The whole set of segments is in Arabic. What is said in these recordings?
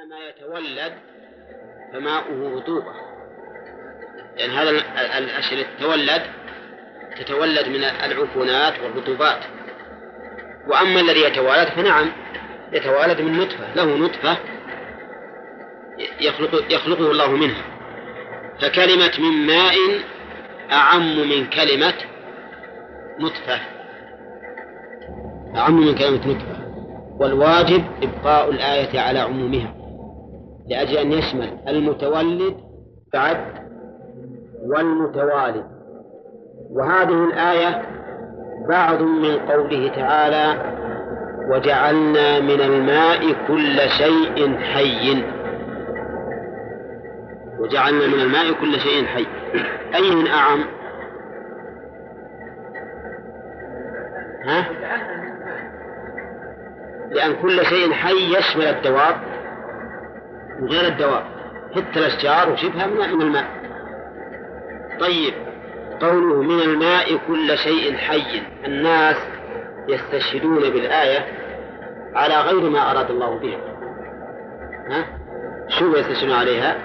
ما يتولد فماؤه رطوبة، يعني هذا الأشياء تتولد من العفونات والرطوبات. وأما الذي يتوالد فنعم يتوالد من نطفة، له نطفة يخلقه الله منها. فكلمة من ماء أعم من كلمة نطفة، أعم من كلمة نطفة. والواجب إبقاء الآية على عمومها لأجل أن يشمل المتولد بعد والمتوالد. وهذه الآية بعض من قوله تعالى وجعلنا من الماء كل شيء حي. وجعلنا من الماء كل شيء حي، أي أعم؟ لأن كل شيء حي يشمل الدواب وغير الدواب، حتى الأشجار وشبهها من الماء. طيب، قوله من الماء كل شيء حي، الناس يستشهدون بالآية على غير ما أراد الله بها. شو يستشهدون عليها؟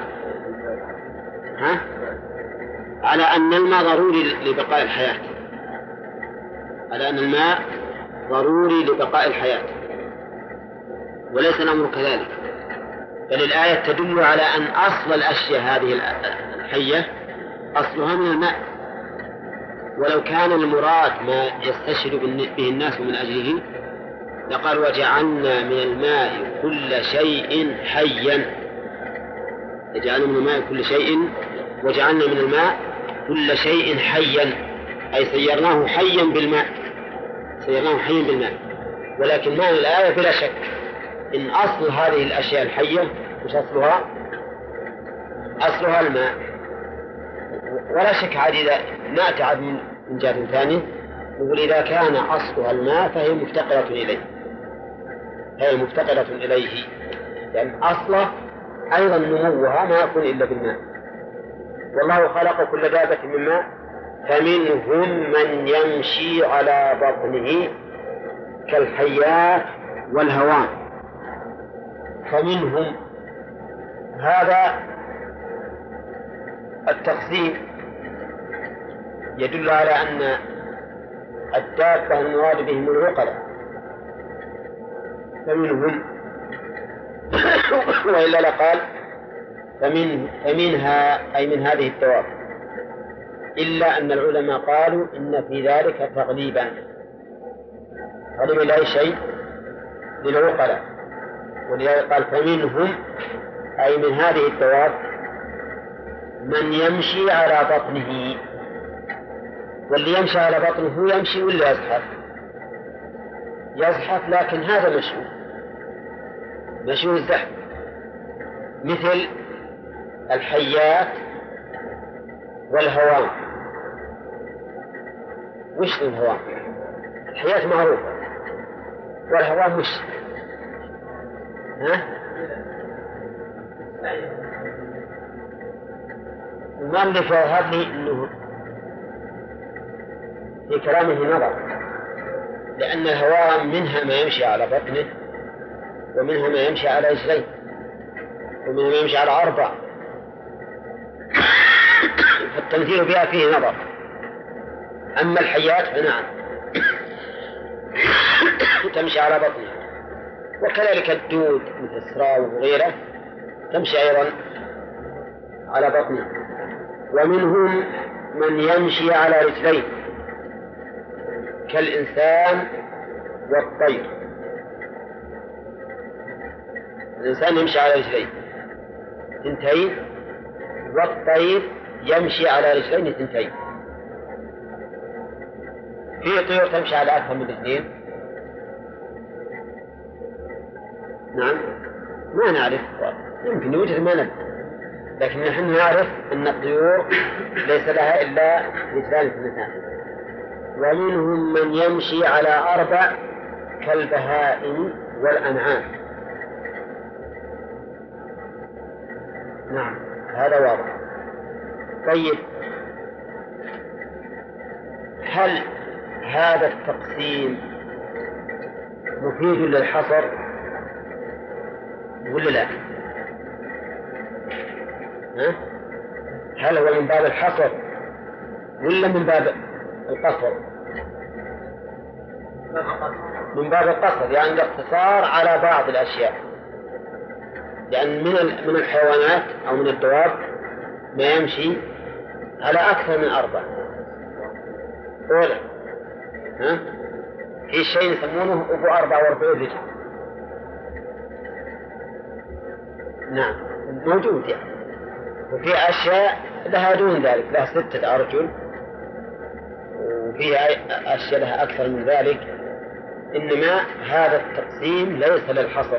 على أن الماء ضروري لبقاء الحياة، على أن الماء ضروري لبقاء الحياة، وليس الأمر كذلك، بل الآية تدل على أن أصل الأشياء هذه الحية أصلها من الماء. ولو كان المراد ما يستشهد به الناس من أجله لقال وجعلنا من الماء كل شيء حيا. وجعلنا من الماء كل شيء، وجعلنا من الماء كل شيء حيا، أي سيرناه حيا بالماء، سيرناه حيا بالماء. ولكن معنى الآية بلا شك إن أصل هذه الأشياء الحية مش أصلها؟ أصلها الماء. ولا شك عديدة نأتعب من جهة ثانية نقول إذا كان أصلها الماء فهي مفتقرة إليه، هي مفتقرة إليه، لأن أصله أيضا نموها ما يكون إلا بالماء. والله خلق كل دابة من ماء فمنهم من يمشي على بطنه كالحيات والهوام. فمنهم، هذا التقسيم يدل على أن الدابة المراد بهم العقلاء، فمنهم وإلا لقال فمنها أي من هذه الدواب. إلا أن العلماء قالوا إن في ذلك تغليبا لا شيء للعقلاء، ولذلك قال فمنهم أي من هذه الدواب من يمشي على بطنه. واللي يمشي على بطنه يمشي ولا يزحف؟ يزحف، لكن هذا مشي الزحف، مثل الحيات والهوام. وش الهوام؟ الحيات معروفة، والهوام وش؟ وما اللي فهذا لي إنه في كلامه نظر، لأن الهوام منها ما يمشي على بطنه، ومنها ما يمشي على رجليه، ومنها ما يمشي على أربع، فالتمثيل بها فيه نظر. أما الحيات فنعم تمشي على بطنها، وكذلك الدود مثل السراو وغيره تمشي أيضا على بطنها. ومنهم من يمشي على رجليه كالإنسان والطير. الإنسان يمشي على رجليه ثنتين، والطير يمشي على رجلين ثنتين. في طيور تمشي على أكثر من اثنين؟ نعم، ما نعرف، يمكن يوجد ما ندري، لكن نحن نعرف أن الطيور ليس لها إلا رجلان اثنتان. ومنهم من يمشي على أربع كالبهائم والأنعام. نعم، هذا واضح. طيب، هل هذا التقسيم مفيد للحصر ولا لا؟ ها؟ هل هو من باب الحصر ولا من باب القصر؟ من باب القصر، يعني الاقتصار على بعض الأشياء، لأن من الحيوانات أو من الدواب ما يمشي على أكثر من 4. أولا في شيء يسمونه أبو 44 رجل. نعم موجود يعني. وفي أشياء لها دون ذلك، لها 6 أرجل، وفيها أشياء لها أكثر من ذلك. إنما هذا التقسيم ليس للحصر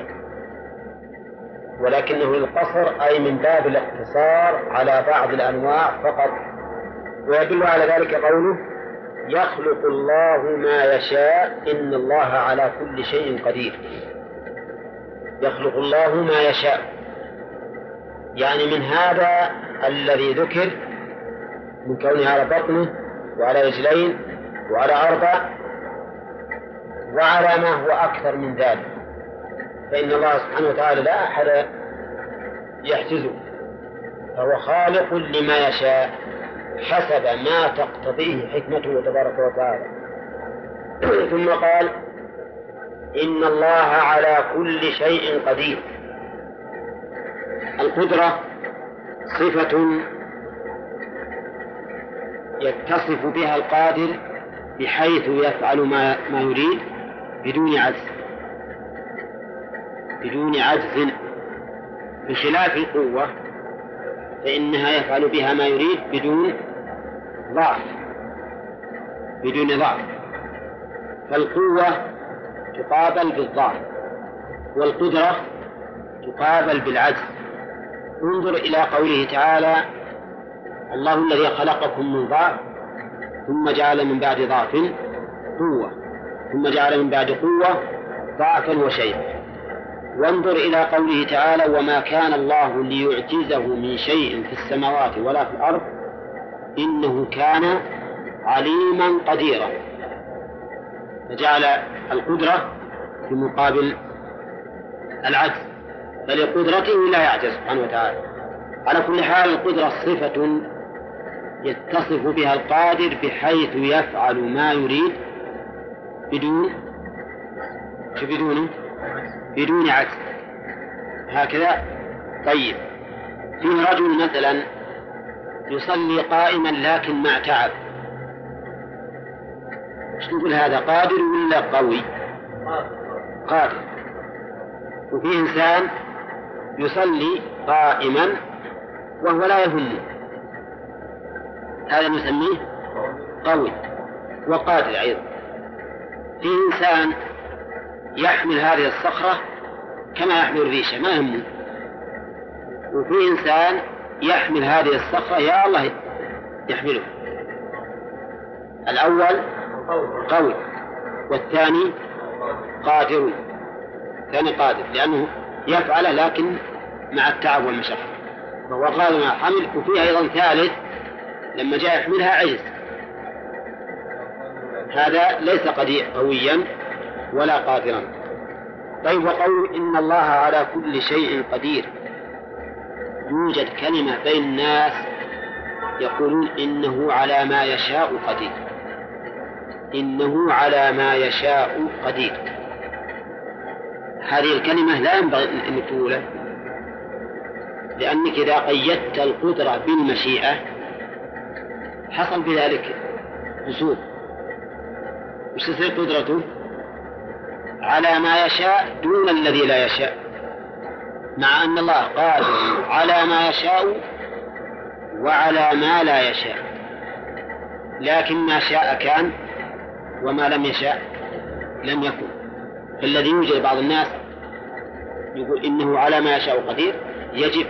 ولكنه للقصر، أي من باب الاقتصار على بعض الأنواع فقط. ويدل على ذلك قوله يخلق الله ما يشاء إن الله على كل شيء قدير. يخلق الله ما يشاء، يعني من هذا الذي ذكر من كونه على بطنه وعلى رجلين وعلى 4 وعلى ما هو أكثر من ذلك، فإن الله سبحانه وتعالى لا أحد يحجزه، فهو خالق لما يشاء حسب ما تقتضيه حكمته تبارك وتعالى. ثم قال إن الله على كل شيء قدير. القدرة صفة يتصف بها القادر بحيث يفعل ما يريد بدون عجز، بخلاف القوة فإنها يفعل بها ما يريد بدون ضعف. فالقوة تقابل بالضعف، والقدرة تقابل بالعجز. انظر إلى قوله تعالى الله الذي خلقكم من ضعف ثم جعل من بعد ضعف قوة ثم جعل من بعد قوة ضعفا وشيئا. وانظر إلى قوله تعالى وما كان الله ليعجزه من شيء في السماوات ولا في الأرض إنه كان عليما قديرا، فجعل القدرة في مقابل العجز، فلقدرته لا يعجز سبحانه وتعالى. على كل حال القدرة صفة يتصف بها القادر بحيث يفعل ما يريد بدون عجز، هكذا. طيب فيه رجل مثلا يصلي قائما لكن مع تعب، ايش نقول هذا، قادر ولا قوي؟ قادر. وفيه إنسان يصلي قائما وهو لا يهم، هذا نسميه قوي وقادر أيضا. فيه إنسان يحمل هذه الصخرة كما يحمل الريشة ما يهمه، وفيه إنسان يحمل هذه الصخرة يا الله يحمله. الأول قوي والثاني قادر، ثاني قادر لأنه يفعله لكن مع التعب والمشقة، فهو قادر مع الحمل. وفيه أيضا ثالث لما جاء يحملها عجز، هذا ليس قويا ولا قادرا. طيب وقول إن الله على كل شيء قدير، يوجد كلمة بين الناس يقولون إنه على ما يشاء قدير، إنه على ما يشاء قدير. هذه الكلمة لا ينبغي أن تقولها، لأنك إذا قيدت القدرة بالمشيئة حصل بذلك قصور. وش تصير قدرته؟ على ما يشاء دون الذي لا يشاء، مع أن الله قادر على ما يشاء وعلى ما لا يشاء، لكن ما شاء كان وما لم يشاء لم يكن. فالذي يوجد بعض الناس يقول إنه على ما يشاء قدير، يجب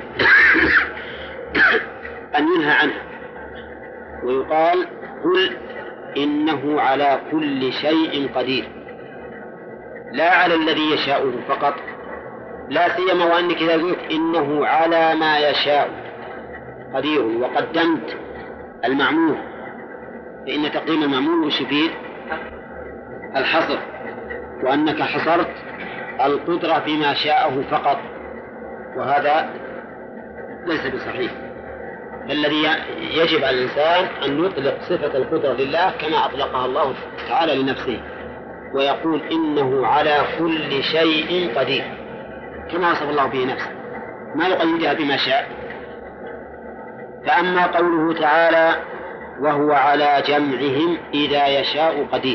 أن ينهى عنه ويقال قل إنه على كل شيء قدير، لا على الذي يشاءه فقط، لا سيما وأنك إذا قلت إنه على ما يشاء قدير وقدمت المعمول، فإن تقديم المعمول يشبه الحصر، وأنك حصرت القدرة بما شاءه فقط، وهذا ليس بصحيح. الذي يجب على الإنسان أن يطلق صفة القدرة لله كما أطلقها الله تعالى لنفسه، ويقول إنه على كل شيء قدير كما وصف الله به نفسه، ما يقيدها بما شاء. فأما قوله تعالى وهو على جمعهم إذا يشاء قدير،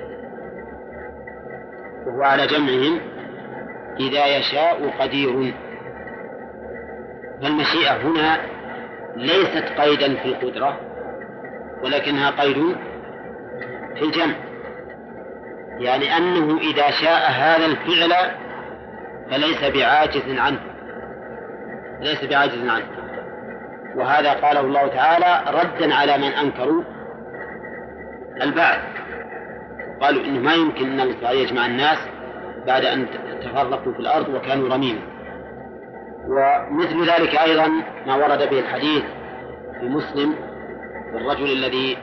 وهو على جمعهم إذا يشاء قدير، فالمشيئة هنا ليست قيدا في القدرة ولكنها قيد في الجمع، يعني أنه إذا شاء هذا الفعل فليس بعاجز عنه، ليس بعاجز عنه. وهذا قاله الله تعالى ردا على من أنكروا البعث، قالوا إنه ما يمكن أن الله تعالى يجمع الناس بعد أن تفرقوا في الأرض وكانوا رميما. ومثل ذلك أيضا ما ورد به الحديث في مسلم والرجل الذي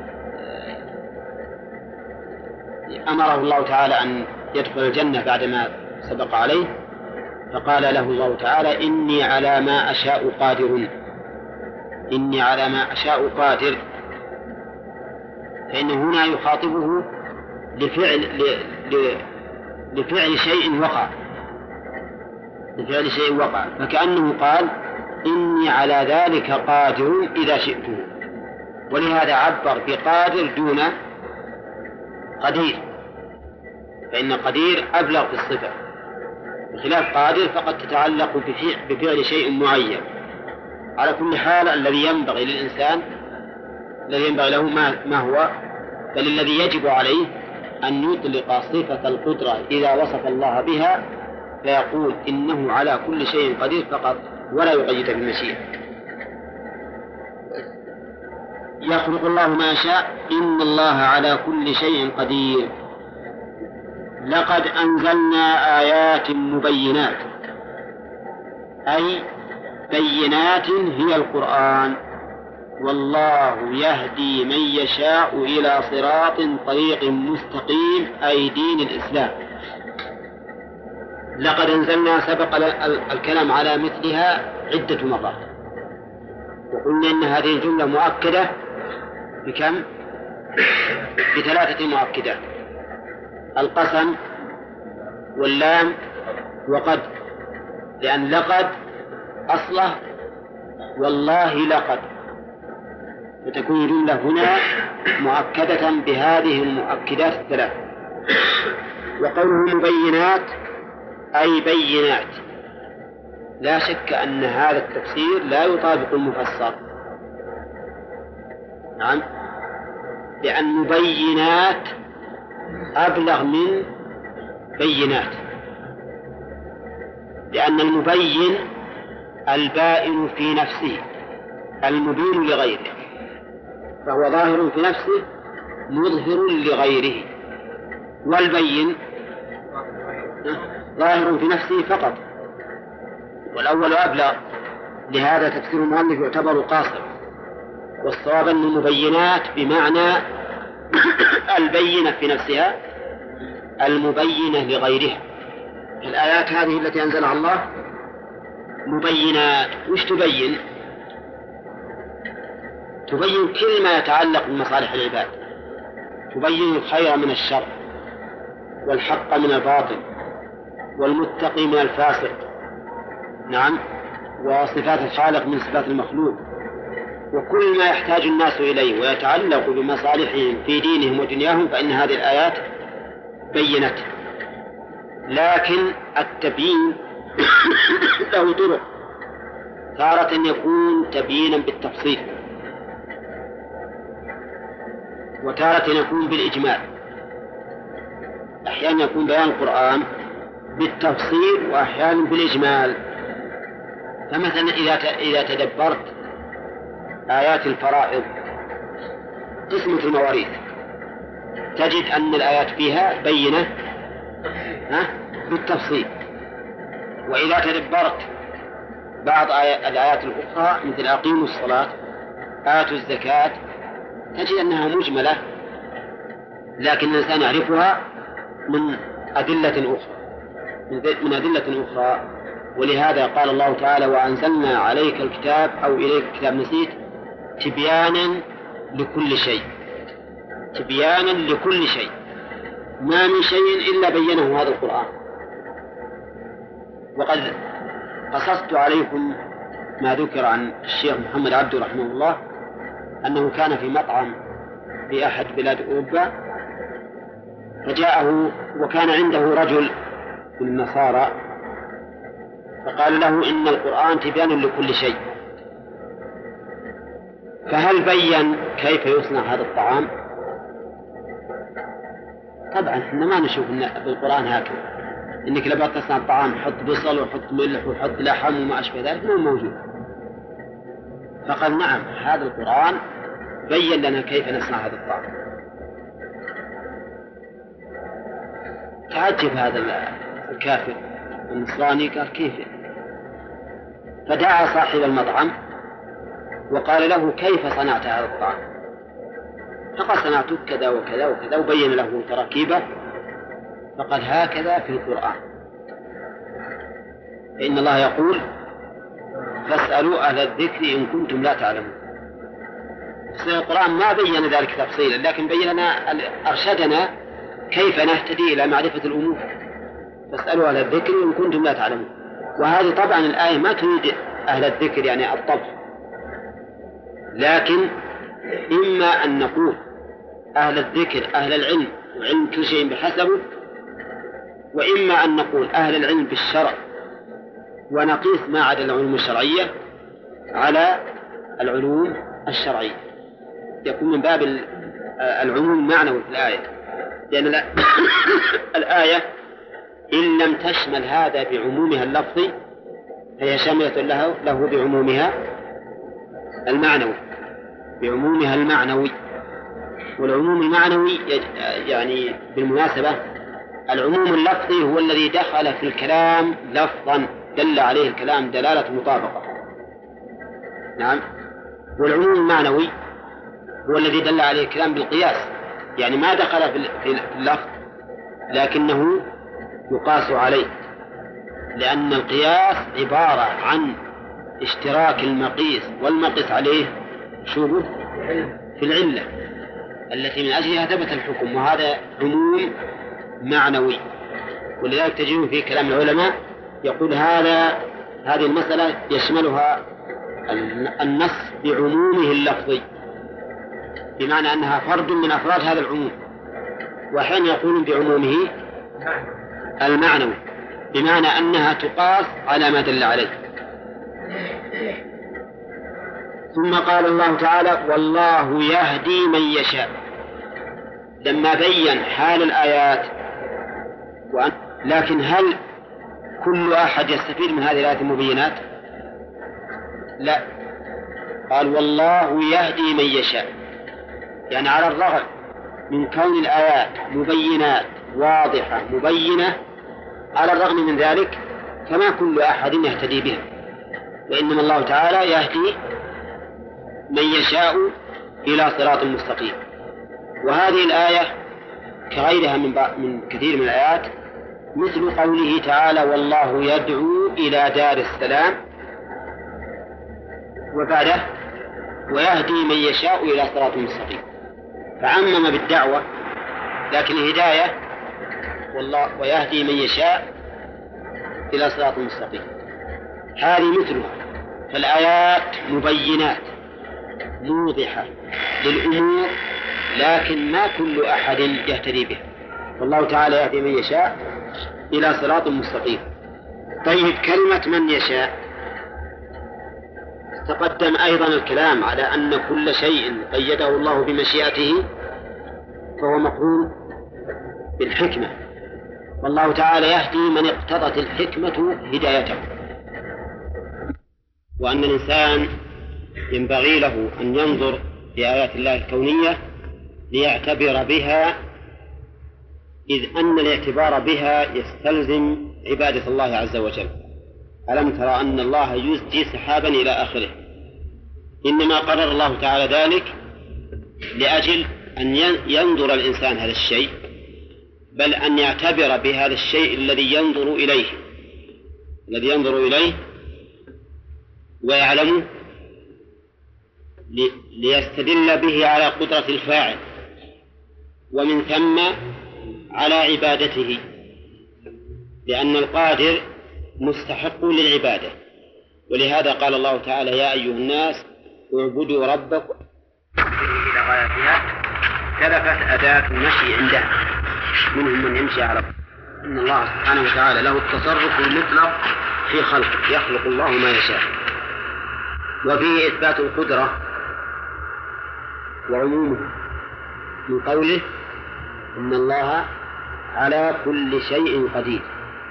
أمره الله تعالى أن يدخل الجنة بعدما سبق عليه، فقال له الله تعالى إني على ما أشاء قادر، إني على ما أشاء قادر، فإنه هنا يخاطبه لفعل شيء وقع، لفعل شيء وقع، فكأنه قال إني على ذلك قادر إذا شئته، ولهذا عبر بقادر دون قدير، فإن قدير أبلغ في الصفة، بخلاف قادر فقد تتعلق بفعل شيء معين. على كل حال الذي ينبغي للإنسان الذي ينبغي له ما هو، بل الذي يجب عليه أن يطلق صفة القدرة إذا وصف الله بها فيقول إنه على كل شيء قدير فقط، ولا يقيد بالمشيئة. يخلق الله ما شاء إن الله على كل شيء قدير. لقد أنزلنا آيات مبينات، أي بينات هي القرآن، والله يهدي من يشاء إلى صراط طريق مستقيم، أي دين الإسلام. لقد أنزلنا، سبق الكلام على مثلها عدة مرات، وقلنا إن هذه الجملة مؤكدة بكم؟ بثلاثة مؤكدات: القسم واللام وقد، لأن لقد أصله والله لقد، فتكون الجملة هنا مؤكدة بهذه المؤكدات الثلاث. وقوله مبينات أي بينات، لا شك أن هذا التفسير لا يطابق المفسر، نعم، لأن مبينات أبلغ من بينات، لأن المبين البائن في نفسه المبين لغيره، فهو ظاهر في نفسه مظهر لغيره، والبين ظاهر في نفسه فقط، والأول أبلغ، لهذا تفسير المؤلف يعتبر قاصر، والصواب أن المبينات بمعنى البينة في نفسها المبينة لغيرها. الآيات هذه التي أنزلها الله مبينات، وش تبين؟ تبين كل ما يتعلق بمصالح العباد، تبين الخير من الشر، والحق من الباطل، والمتقي من الفاسق، نعم، وصفات الخالق من صفات المخلوق، وكل ما يحتاج الناس إليه ويتعلق بمصالحهم في دينهم ودنياهم، فإن هذه الآيات بينت. لكن التبيين له طرق، تارة يكون تبيينا بالتفصيل، وتارة يكون بالإجمال. أحيانا يكون بيان القرآن بالتفصيل وأحيانا بالإجمال. فمثلا إذا تدبرت آيات الفرائض قسمة المواريث تجد أن الآيات فيها بينة بالتفصيل، وإذا تدبرت بعض الآيات الأخرى مثل أقيموا الصلاة آتوا الزكاة تجد أنها مجملة، لكن الإنسان يعرفها من أدلة أخرى، ولهذا قال الله تعالى وأنزلنا عليك الكتاب أو إليك الكتاب نسيت تبيانا لكل شيء، تبيانا لكل شيء، ما من شيء إلا بينه هذا القرآن. وقد قصصت عليكم ما ذكر عن الشيخ محمد عبده رحمه الله أنه كان في مطعم في أحد بلاد أوروبا، فجاءه وكان عنده رجل من النصارى فقال له إن القرآن تبيان لكل شيء، فهل بين كيف يصنع هذا الطعام؟ طبعا احنا ما نشوف بالقرآن هكذا إنك لما تصنع الطعام حط بصل وحط ملح وحط لحم وما أشبه ذلك، ما موجود. فقال نعم هذا القرآن بين لنا كيف نصنع هذا الطعام. تعجب هذا الكافر النصراني، قال كيف؟ فدعا صاحب المطعم وقال له كيف صنعت هذا الطعام؟ فقال صنعته كذا وكذا وكذا وبين له تراكيبه. فقال هكذا في القرآن، فإن الله يقول فاسألوا أهل الذكر إن كنتم لا تعلمون. في القرآن ما بين ذلك تفصيلا، لكن بين لنا أرشدنا كيف نهتدي إلى معرفة الأمور. فاسألوا أهل الذكر إن كنتم لا تعلمون. وهذه طبعا الآية ما تريد أهل الذكر يعني الطبع، لكن إما أن نقول أهل الذكر أهل العلم وعلم كل شيء بحسبه، وإما أن نقول أهل العلم بالشرع ونقيس ما عدا العلوم الشرعية على العلوم الشرعية، يكون من باب العموم المعنوي في الآية، لأن الآية إن لم تشمل هذا بعمومها اللفظي فهي شاملة له بعمومها المعنوي، بعمومها المعنوي. والعموم المعنوي يعني بالمناسبة العموم اللفظي هو الذي دخل في الكلام لفظا دل عليه الكلام دلالة مطابقة. نعم. والعموم المعنوي هو الذي دل عليه الكلام بالقياس، يعني ما دخل في اللفظ لكنه يقاس عليه، لأن القياس عبارة عن اشتراك المقيس والمقيس عليه شبه في العلة التي من أجلها ثبت الحكم، وهذا عموم معنوي. ولذلك تجدون في كلام العلماء يقول هذه المسألة يشملها النص بعمومه اللفظي، بمعنى أنها فرد من أفراد هذا العموم، وحين يقولون بعمومه المعنوي بمعنى أنها تقاس على ما دل عليه. ثم قال الله تعالى والله يهدي من يشاء، لما بين حال الآيات لكن هل كل أحد يستفيد من هذه الآيات المبينات؟ لا، قال والله يهدي من يشاء، يعني على الرغم من كون الآيات مبينات واضحة مبينة، على الرغم من ذلك فما كل أحد يهتدي بها، وإنما الله تعالى يهدي من يشاء إلى صراط مستقيم. وهذه الآية كغيرها من كثير من الآيات مثل قوله تعالى والله يدعو إلى دار السلام، وبعده ويهدي من يشاء إلى صراط مستقيم، فعمم بالدعوة، لكن الهداية والله ويهدي من يشاء إلى صراط مستقيم هذه مثلها. فالآيات مبينات موضحة للأمور، لكن ما كل أحد يهتدي بها، والله تعالى يهدي من يشاء إلى صراط مستقيم. طيب كلمة من يشاء تقدم أيضا الكلام على أن كل شيء قيده الله بمشيئته فهو مقرون بالحكمة، والله تعالى يهدي من اقتضت الحكمة هدايته، وأن الإنسان ينبغي له أن ينظر في آيات الله الكونية ليعتبر بها، إذ أن الاعتبار بها يستلزم عبادة الله عز وجل. ألم ترى أن الله يزجي سحابا إلى آخره؟ إنما قرر الله تعالى ذلك لأجل أن ينظر الإنسان هذا الشيء، بل أن يعتبر بهذا الشيء الذي ينظر إليه، الذي ينظر إليه ويعلمه ليستدل به على قدرة الفاعل، ومن ثم على عبادته، لأن القادر مستحق للعبادة. ولهذا قال الله تعالى: يا أيها الناس اعبدوا ربكم. إلى غايتها تلفت أداة المشي عندها، منهم من يمشي على إن الله سبحانه وتعالى له التصرف المطلق في خلقه، يخلق الله ما يشاء. وفيه إثبات القدرة وعمومه من قوله: إن الله على كل شيء قدير.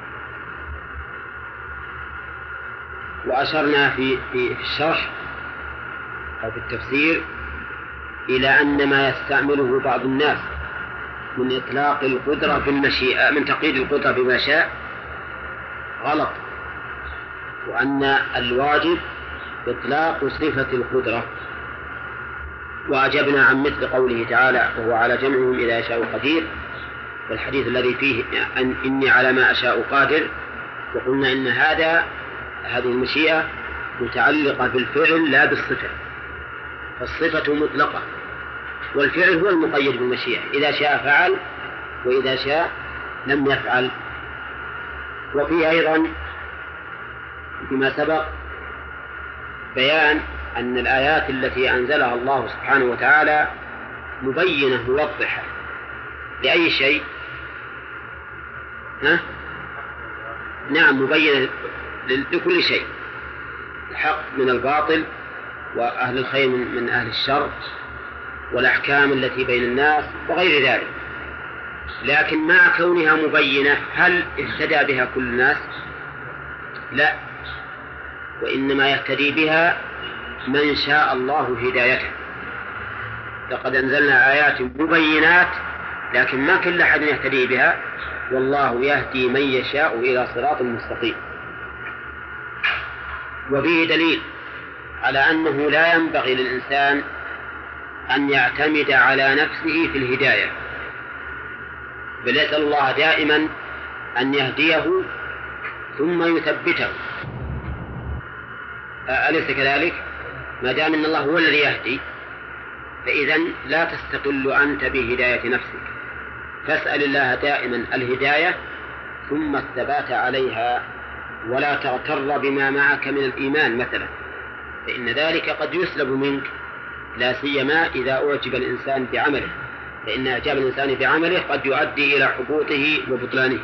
وأشرنا في الشرح أو في التفسير إلى أن ما يستعمله بعض الناس من إطلاق القدرة بالمشيئة، من تقييد القدرة بما شاء، غلط، وأن الواجب إطلاق صفة القدرة. وأجبنا عن مثل قوله تعالى: وهو على جمعهم إذا يشاء قدير، والحديث الذي فيه إني على ما أشاء قادر. وقلنا إن هذه المشيئة متعلقة بالفعل لا بالصفة، فالصفة مطلقة، والفعل هو المقيد بالمشيئة، إذا شاء فعل وإذا شاء لم يفعل. وفيه أيضا بما سبق بيان أن الآيات التي أنزلها الله سبحانه وتعالى مبينة موضحة لأي شيء. نعم، مبينة لكل شيء، الحق من الباطل، وأهل الخير من أهل الشر، والأحكام التي بين الناس وغير ذلك. لكن مع كونها مبينة هل اهتدى بها كل الناس؟ لا، وإنما يهتدي بها من شاء الله هدايته. لقد أنزلنا آيات مبينات، لكن ما كل أحد يهتدي بها، والله يهدي من يشاء إلى صراط مستقيم. وفيه دليل على أنه لا ينبغي للإنسان أن يعتمد على نفسه في الهداية، بل يسأل الله دائما أن يهديه ثم يثبته. أليس كذلك؟ ما دام أن الله هو الذي يهدي، فإذن لا تستقل أنت بهداية نفسك، فاسأل الله دائما الهداية ثم الثبات عليها، ولا تغتر بما معك من الإيمان مثلا، فإن ذلك قد يسلب منك، لا سيما إذا أعجب الإنسان بعمله، فإن إعجاب الإنسان بعمله قد يؤدي إلى حبوطه وبطلانه.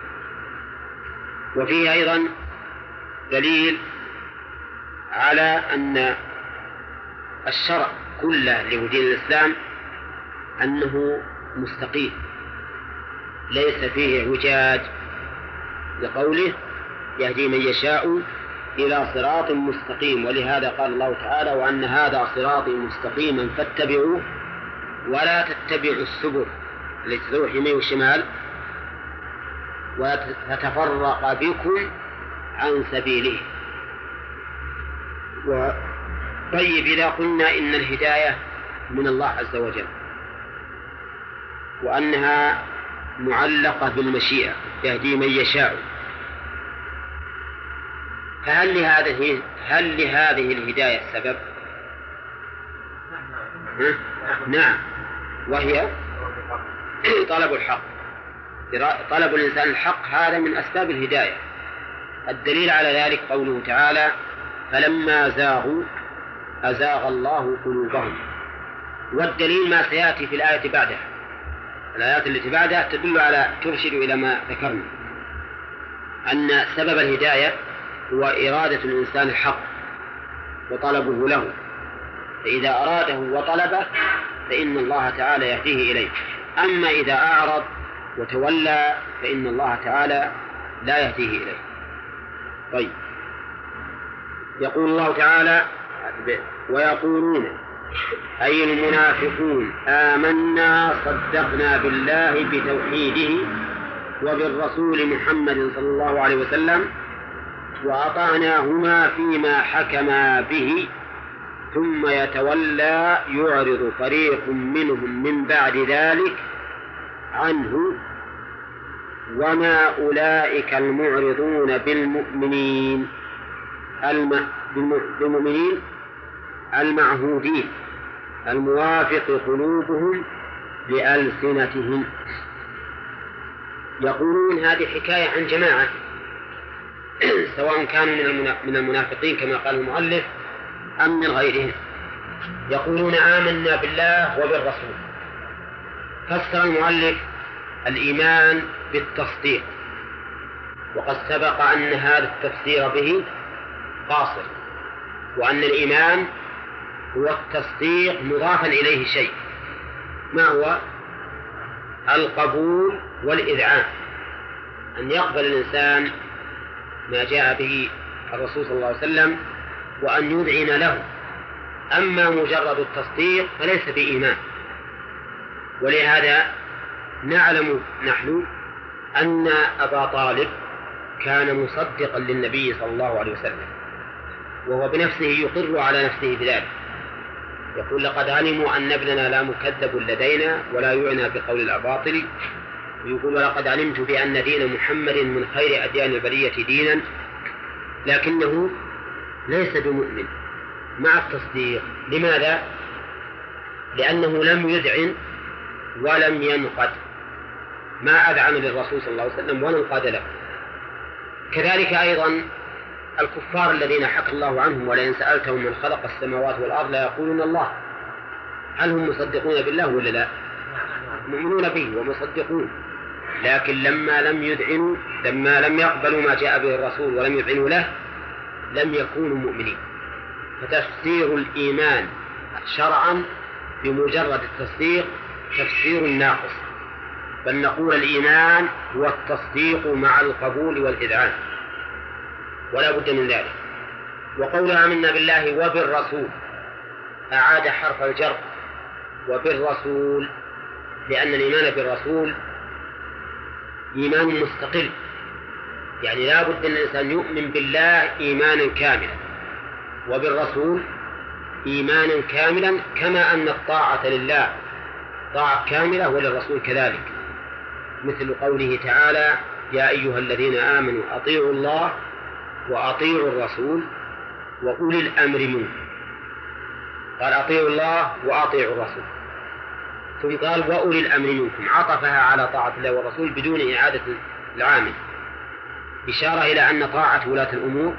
وفيه أيضا دليل على أن الشرع كله لدين الإسلام أنه مستقيم ليس فيه اعوجاج، لقوله: يهدي من يشاء إلى صراط مستقيم. ولهذا قال الله تعالى: وأن هذا صراطي مستقيما فاتبعوه ولا تتبعوا السبل التي تروح يمين وشمال وتتفرق بكم عن سبيله. طيب، إذا قلنا إن الهداية من الله عز وجل وأنها معلقة بالمشيئة، يهدي من يشاء، فهل لهذه الهداية سبب؟ نعم، وهي طلب الحق. طلب الإنسان الحق هذا من أسباب الهداية. الدليل على ذلك قوله تعالى: فلما زاغوا أزاغ الله قلوبهم. والدليل ما سيأتي في الآية بعدها، الآيات التي بعدها ترشد إلى ما ذكرنا، أن سبب الهداية هو إرادة الإنسان الحق وطلبه له، فإذا أراده وطلبه فإن الله تعالى يهديه إليه. أما إذا أعرض وتولى فإن الله تعالى لا يهديه إليه. طيب، يقول الله تعالى: ويقولون أي المنافقون آمنا صدقنا بالله بتوحيده وبالرسول محمد صلى الله عليه وسلم وأطعناهما فيما حكما به ثم يتولى يعرض فريق منهم من بعد ذلك عنه وما أولئك المعرضون بالمؤمنين بالمؤمنين المعهودين الموافق قلوبهم بألسنتهم. يقولون هذه حكاية عن جماعة سواء كانوا من المنافقين كما قال المؤلف أم من غيرهم، يقولون آمنا بالله وبالرسول. فسر المؤلف الإيمان بالتصديق، وقد سبق أن هذا التفسير به قاصر، وأن الإيمان هو التصديق مضافا إليه شيء، ما هو؟ القبول والإذعان، أن يقبل الإنسان ما جاء به الرسول صلى الله عليه وسلم وأن يذعن له. أما مجرد التصديق فليس بإيمان. ولهذا نعلم نحن أن أبا طالب كان مصدقا للنبي صلى الله عليه وسلم، وهو بنفسه يقر على نفسه بذلك، يقول لقد علموا أن ابننا لا مكذب لدينا ولا يعنى بقول الأباطل، ويقول لقد علمت بأن دين محمد من خير أديان البرية دينا، لكنه ليس بمؤمن مع التصديق. لماذا؟ لأنه لم يذعن ولم ينقد، ما أذعن للرسول صلى الله عليه وسلم ولا انقاد له. كذلك أيضا الكفار الذين حكى الله عنهم ولئن سألتهم من خلق السماوات والأرض لا يقولون الله، هل هم مصدقون بالله ولا لا؟ مؤمنون به ومصدقون، لكن لما لم يذعنوا، لما لم يقبلوا ما جاء به الرسول ولم يذعنوا له، لم يكونوا مؤمنين. فتفسير الإيمان شرعا بمجرد التصديق تفسير ناقص، بل نقول الإيمان هو التصديق مع القبول والإذعان، ولا بد من ذلك. وقولها آمنا بالله وبالرسول أعاد حرف الجر وبالرسول، لأن الإيمان بالرسول إيمان مستقل، يعني لا بد أن الإنسان يؤمن بالله إيمانا كاملا وبالرسول إيمانا كاملا، كما أن الطاعة لله طاعة كاملة وللرسول كذلك، مثل قوله تعالى يا أيها الذين آمنوا أطيعوا الله وأطيعوا الرسول وأولي الأمر منكم. قال أطيعوا الله وأطيعوا الرسول، ثم قال وأولي الأمر منكم، عطفها على طاعة الله والرسول بدون إعادة العامل، إشارة إلى أن طاعة ولاة الأمور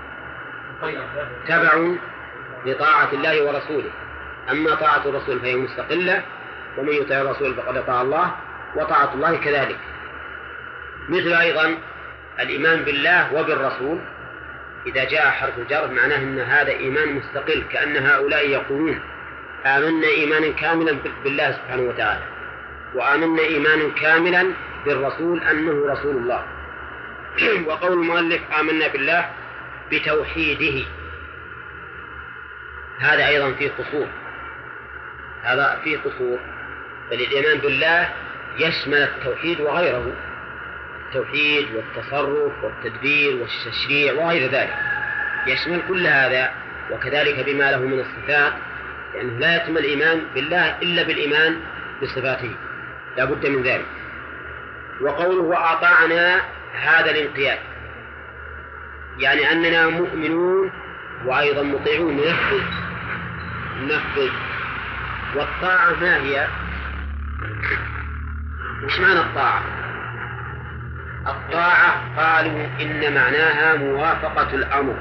تبع لطاعة الله ورسوله، أما طاعة الرسول فهي مستقلة، ومن يطع الرسول فقد أطاع الله، وطاعة الله كذلك. مثل أيضا الإيمان بالله وبالرسول إذا جاء حرف الجر معناه أن هذا إيمان مستقل، كأن هؤلاء يقولون آمنا إيمانا كاملا بالله سبحانه وتعالى، وآمنا إيمانا كاملا بالرسول أنه رسول الله. وقول المؤلف آمنا بالله بتوحيده، هذا أيضا فيه قصور، هذا فيه قصور، بل الإيمان بالله يشمل التوحيد وغيره، التوحيد والتصرف والتدبير والتشريع وغير ذلك، يشمل كل هذا، وكذلك بما له من الصفات، يعني لا يتم الإيمان بالله إلا بالإيمان بصفاته، لا بد من ذلك. وقوله وأطعنا هذا الانقياد، يعني أننا مؤمنون وأيضا مطيعون، ننفذ. والطاعة ما هي؟ وش معنى الطاعة؟ الطاعة قالوا إن معناها موافقة الأمر،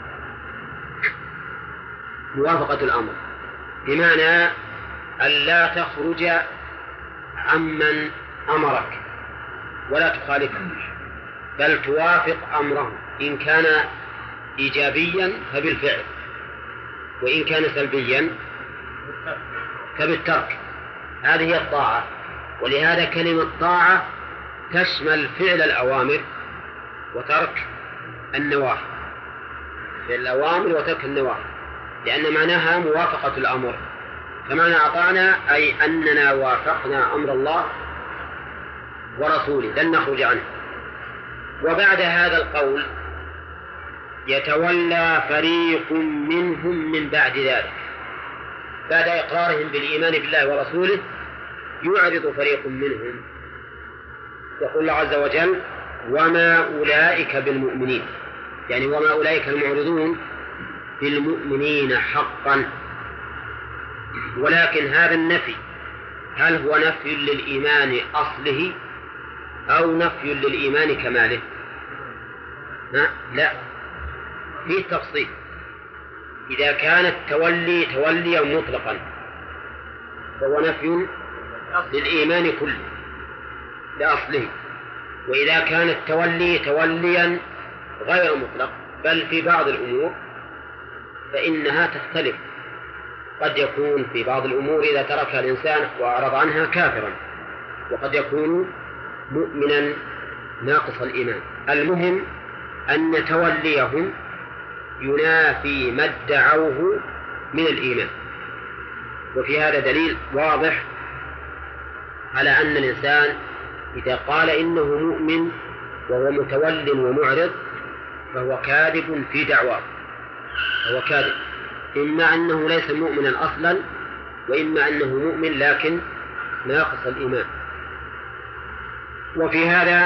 موافقة الأمر بمعنى أن لا تخرج عمن أمرك ولا تخالفه، بل توافق أمره، إن كان إيجابيا فبالفعل، وإن كان سلبيا فبالترك. هذه هي الطاعة. ولهذا كلمة طاعة تشمل فعل الأوامر وترك النواهي، فعل الأوامر وترك النواهي، لأن معناها موافقة الأمر. فمعنى أطعنا أي أننا وافقنا أمر الله ورسوله، لن نخرج عنه. وبعد هذا القول يتولى فريق منهم من بعد ذلك، بعد إقرارهم بالإيمان بالله ورسوله يعرض فريق منهم يقول الله عز وجل وما أولئك بالمؤمنين، يعني وما أولئك المعرضون بالمؤمنين حقا. ولكن هذا النفي هل هو نفي للإيمان أصله أو نفي للإيمان كماله؟ لا، فيه تفصيل. إذا كان التولي توليا مطلقا فهو نفي للإيمان كله لأصله، وإذا كان التولي توليا غير مطلق بل في بعض الأمور فإنها تختلف. قد يكون في بعض الأمور إذا تركها الإنسان وأعرض عنها كافرا، وقد يكون مؤمنا ناقص الإيمان. المهم أن توليهم ينافي ما ادعوه من الإيمان. وفي هذا دليل واضح على أن الإنسان إذا قال إنه مؤمن وهو متول ومعرض فهو كاذب في دعواه، هو كاذب، إما أنه ليس مؤمنا أصلا وإما أنه مؤمن لكن ناقص الإيمان. وفي هذا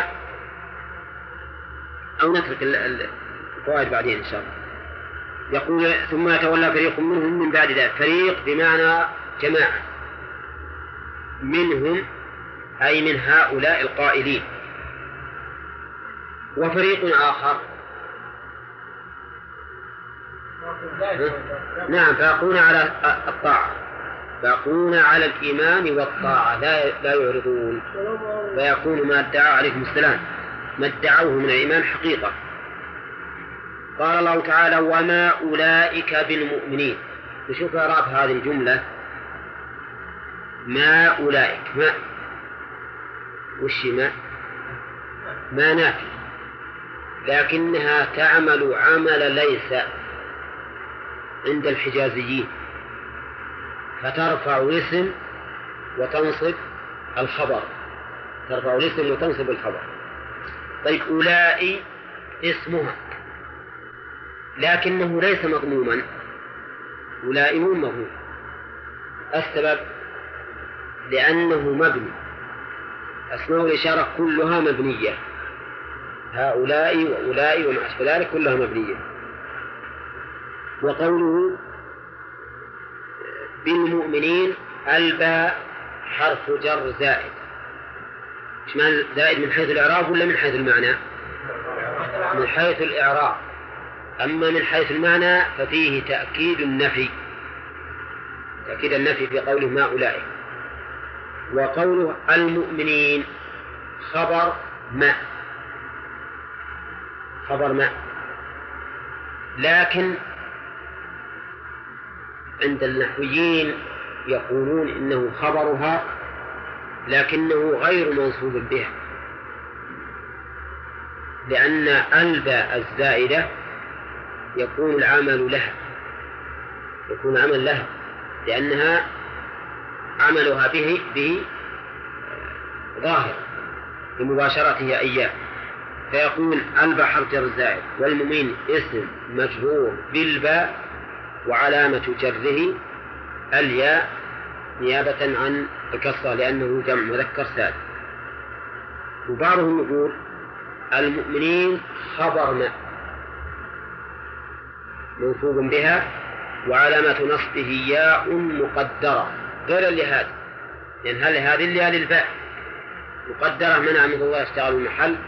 أو نترك الفوائد بعدين إن شاء الله. يقول ثم يتولى فريق منهم من بعد ذلك. فريق بمعنى جماعة، منهم أي من هؤلاء القائلين. وفريق آخر نعم باقون على الطاعة، باقون على الإيمان والطاعة لا يعرضون، فيكون ما ادعى عليكم السلام ما ادعوه من الإيمان حقيقة. قال الله تعالى وما أولئك بالمؤمنين. نشوف إعراب هذه الجملة ما أولئك. ما وش ما نافي، لكنها تعمل عمل ليس عند الحجازيين، فترفع الاسم وتنصب الخبر، ترفع الاسم وتنصب الخبر. طيب أولئك اسمها لكنه ليس مضموما، أولئك مضموم. السبب لأنه مبني، أسماء الإشارة كلها مبنية، هؤلاء وأولئك وما أشبه ذلك كلها مبنية. وقوله بالمؤمنين الباء حرف جر زائد. إيش معنى زائد؟ من حيث الإعراب ولا من حيث المعنى؟ من حيث الإعراب. أما من حيث المعنى ففيه تأكيد النفي، تأكيد النفي في قوله ما أولئك. وقوله المؤمنين خبر ما، خبر ما، لكن عند النحويين يقولون إنه خبرها لكنه غير منصوب بها، لأن الباء الزائدة يكون العمل لها، يكون عمل لها لأنها عملها به ظاهر بمباشرته إياه، فيكون الباء حرف جر زائد والمؤمن اسم مجرور بالباء وعلامة جره الياء نيابة عن الكسرة لأنه جمع مذكر سالم. وبعضهم يقول المؤمنين خبر ما منصوب بها وعلامة نصبه ياء مقدرة غير لهذا، لأن هذه اللي للباء مقدرة منع من الله يشتغل المحل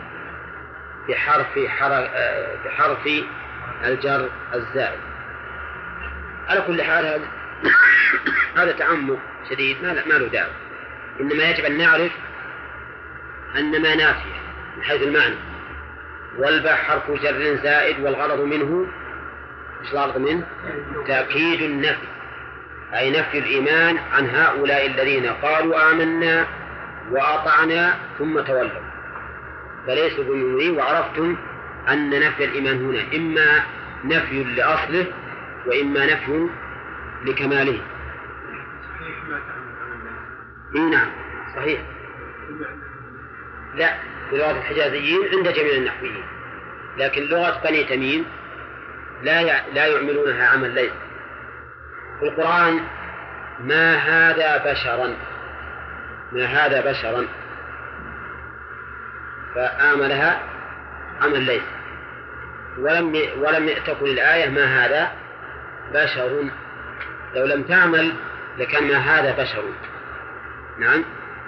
بحرف الجر الزائد. على كل حال هذا تعمق شديد ما له داعي، إنما يجب أن نعرف أن ما نافية من حيث المعنى، والباء حرف جر زائد والغرض منه مش الغرض منه تأكيد النفي، أي نفي الإيمان عن هؤلاء الذين قالوا آمنا وأطعنا ثم تولوا فليسوا بمؤمنين. وعرفتم أن نفي الإيمان هنا إما نفي لأصله وإما نفي لكماله. نعم صحيح، لا بلغة الحجازيين عند جميع النحويين، لكن لغة بني تميم لا يعملونها عمل ليس. في القرآن ما هذا بشرا، ما هذا بشرا فآملها عمل ليس، ولم تكن الآية ما هذا بشر، لو لم تعمل لكان ما هذا بشر. نعم.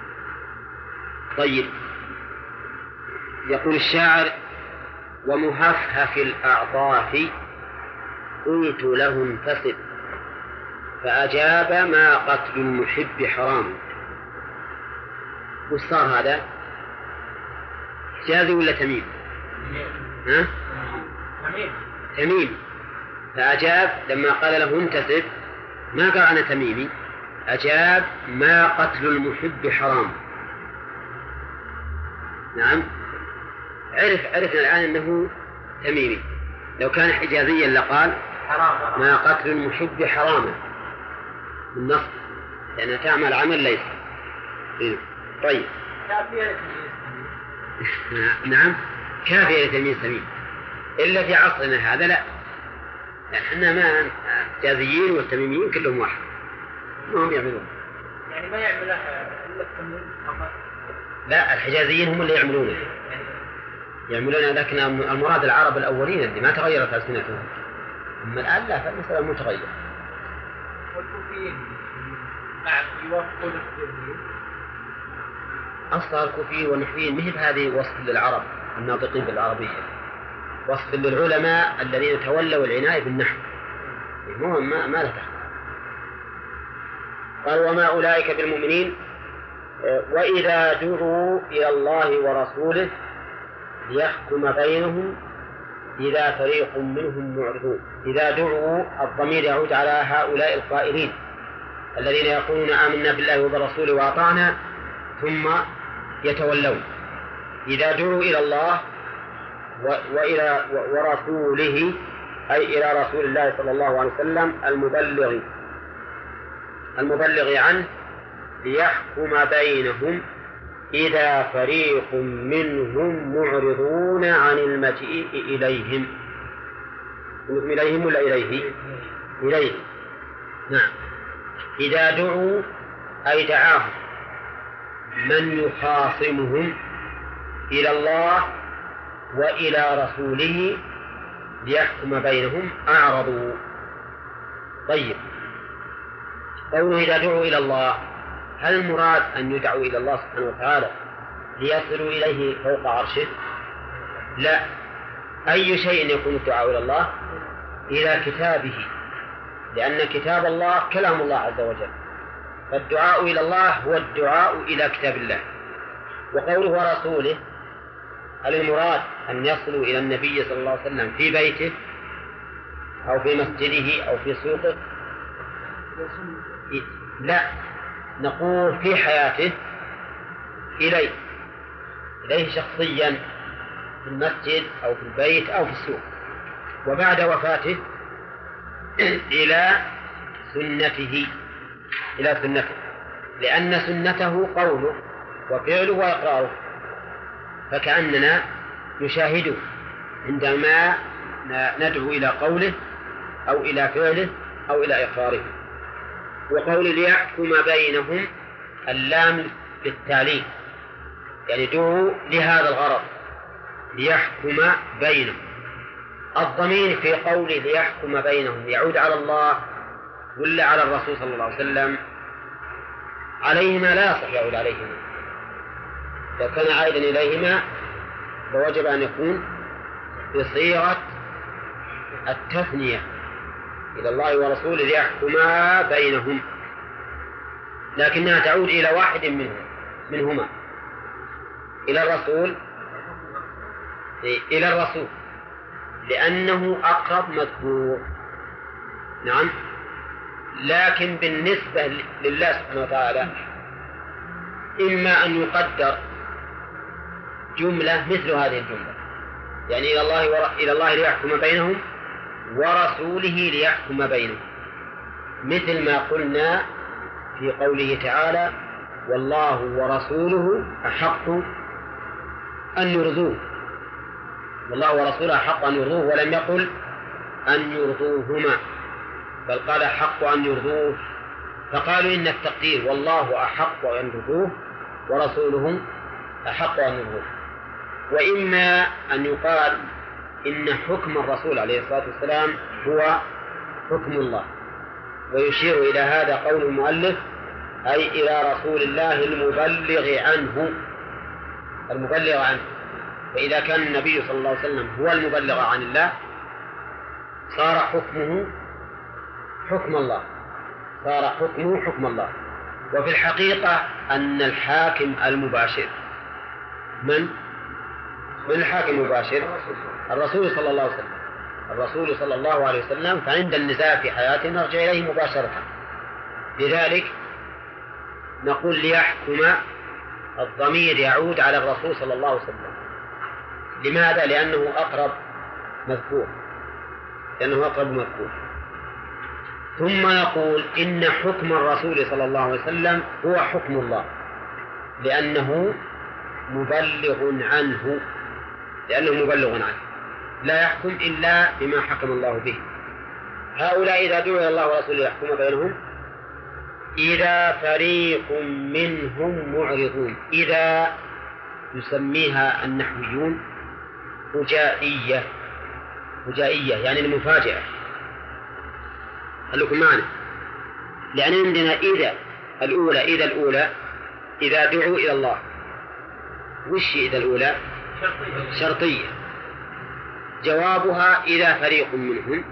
طيب، يقول الشاعر: ومهفهف الأعطاف قلت له انتصب، فأجاب ما قتل المحب حرام. وش صار هذا؟ حجازي ولا تميم؟ ها؟ تميم. فأجاب لما قال له انتصب ما قال أنا تميمي، أجاب ما قتل المحب حرام. نعم، عرفنا الآن أنه تميمي. لو كان حجازيا لقال ما قتل المحب حراما بالنص، لأنها تعمل عمل ليس. طيب. نعم، كافية لتمييز تميم، إلا في عصرنا هذا لا، احنا ما الحجازيين والتميميين كلهم واحد، ما هم يعملون. يعني ما يعملها إلا التمييز فقط؟ لا، الحجازيين هم اللي يعملون، لكن المراد العرب الأولين اللي ما تغيرت ألسنتهم، أما الآن لا، فالمسألة متغيرة. والكوفيين نعم يوافقون التمييز. أصلا الكوفيين والنحويين مهب هذه وصف للعرب الناطقين بالعربية، وصف للعلماء الذين تولوا العناية بالنحو، ما له تحقيق. قال: وما أولئك بالمؤمنين وإذا دعوا إلى الله ورسوله ليحكم بينهم إذا فريق منهم معرضون. إذا دعوا الضمير يعود على هؤلاء القائلين الذين يقولون آمنا بالله وبرسوله وأطعنا ثم يتولون. إذا دعوا إلى الله وإلى ورسوله أي إلى رسول الله صلى الله عليه وسلم المبلغ عنه ليحكم بينهم إذا فريق منهم معرضون عن المجيء إليهم. إليهم ولا إليه؟ إليه. نعم. إذا دعوا أي دعاهم من يخاصمهم إلى الله وإلى رسوله ليحكم بينهم أعرضوا. طيب، قوله إذا دعوا إلى الله، هل المراد أن يدعوا إلى الله سبحانه وتعالى ليصلوا إليه فوق عرشه؟ لا، أي شيء يكون الدعاء إلى الله؟ إلى كتابه، لأن كتاب الله كلام الله عز وجل، فالدعاء إلى الله هو الدعاء إلى كتاب الله. وقوله ورسوله، هل المراد أن يصلوا إلى النبي صلى الله عليه وسلم في بيته أو في مسجده أو في سوقه؟ لا، نقول في حياته إليه شخصيا في المسجد أو في البيت أو في السوق، وبعد وفاته إلى سنته، لأن سنته قوله وفعله وإقراره، فكأننا نشاهده عندما ندعو إلى قوله أو إلى فعله أو إلى إقراره. وقول ليحكم بينهم اللام للتعليل، يعني دعوا لهذا الغرض ليحكم بينهم. الضمير في قوله ليحكم بينهم يعود على الله ولا على الرسول صلى الله عليه وسلم؟ عليهما لا يصح يعود عليهما، لو كان عائدا إليهما فوجب أن يكون بصيغة التثنية إلى الله ورسوله ليحكما بينهم، لكنها تعود إلى واحد منهما، إلى الرسول لأنه أقرب مذكور. نعم. لكن بالنسبة لله سبحانه وتعالى إما أن يقدر جملة مثل هذه الجملة، يعني إلى الله ليحكم بينهم ورسوله ليحكم بينهم، مثل ما قلنا في قوله تعالى والله ورسوله أحق أن يرضوه، والله ورسوله أحق أن يرضوه، ولم يقل أن يرضوهما، بل قال أحق أن يرضوه، فقالوا إن التقدير والله أحق أن يرضوه ورسوله أحق أن يرضوه. وإما أن يقال إن حكم الرسول عليه الصلاة والسلام هو حكم الله، ويشير إلى هذا قول المؤلف أي إلى رسول الله المبلغ عنه. فإذا كان النبي صلى الله عليه وسلم هو المبلغ عن الله صار حكمه حكم الله. وفي الحقيقة أن الحاكم المباشر من الحاكم المباشر؟ الرسول صلى الله عليه وسلم. فعند النزاع في حياته نرجع إليه مباشرة. لذلك نقول ليحكم، الضمير يعود على الرسول صلى الله عليه وسلم. لماذا؟ لأنه أقرب مذكور. ثم يقول إن حكم الرسول صلى الله عليه وسلم هو حكم الله، لأنه مبلغ عنه، لا يحكم إلا بما حكم الله به. هؤلاء إذا دعوا إلى الله ورسوله يحكم بينهم إذا فريق منهم معرضون. إذا يسميها النحويون فجائية يعني المفاجأة. خلوكم معنا، لأن عندنا إذا الأولى إذا دعوا إلى الله. وش إذا الأولى؟ شرطية. جوابها إذا فريق منهم،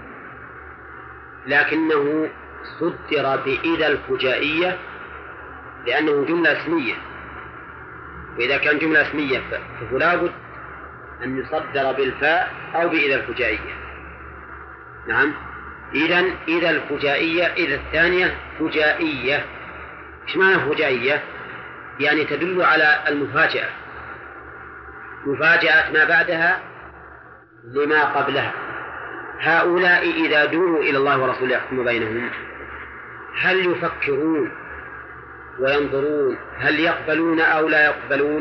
لكنه صدر بإذا الفجائية لأنه جملة اسمية، وإذا كان جملة اسمية فلا بد أن يصدر بالفاء أو بإذا الفجائية. نعم، إذا الفجائية، إذا الثانية فجائية. إيش معنى فجائية؟ يعني تدل على المفاجأة، مفاجأة ما بعدها لما قبلها. هؤلاء إذا دعوا إلى الله ورسوله يحكم بينهم هل يفكرون وينظرون هل يقبلون أو لا يقبلون؟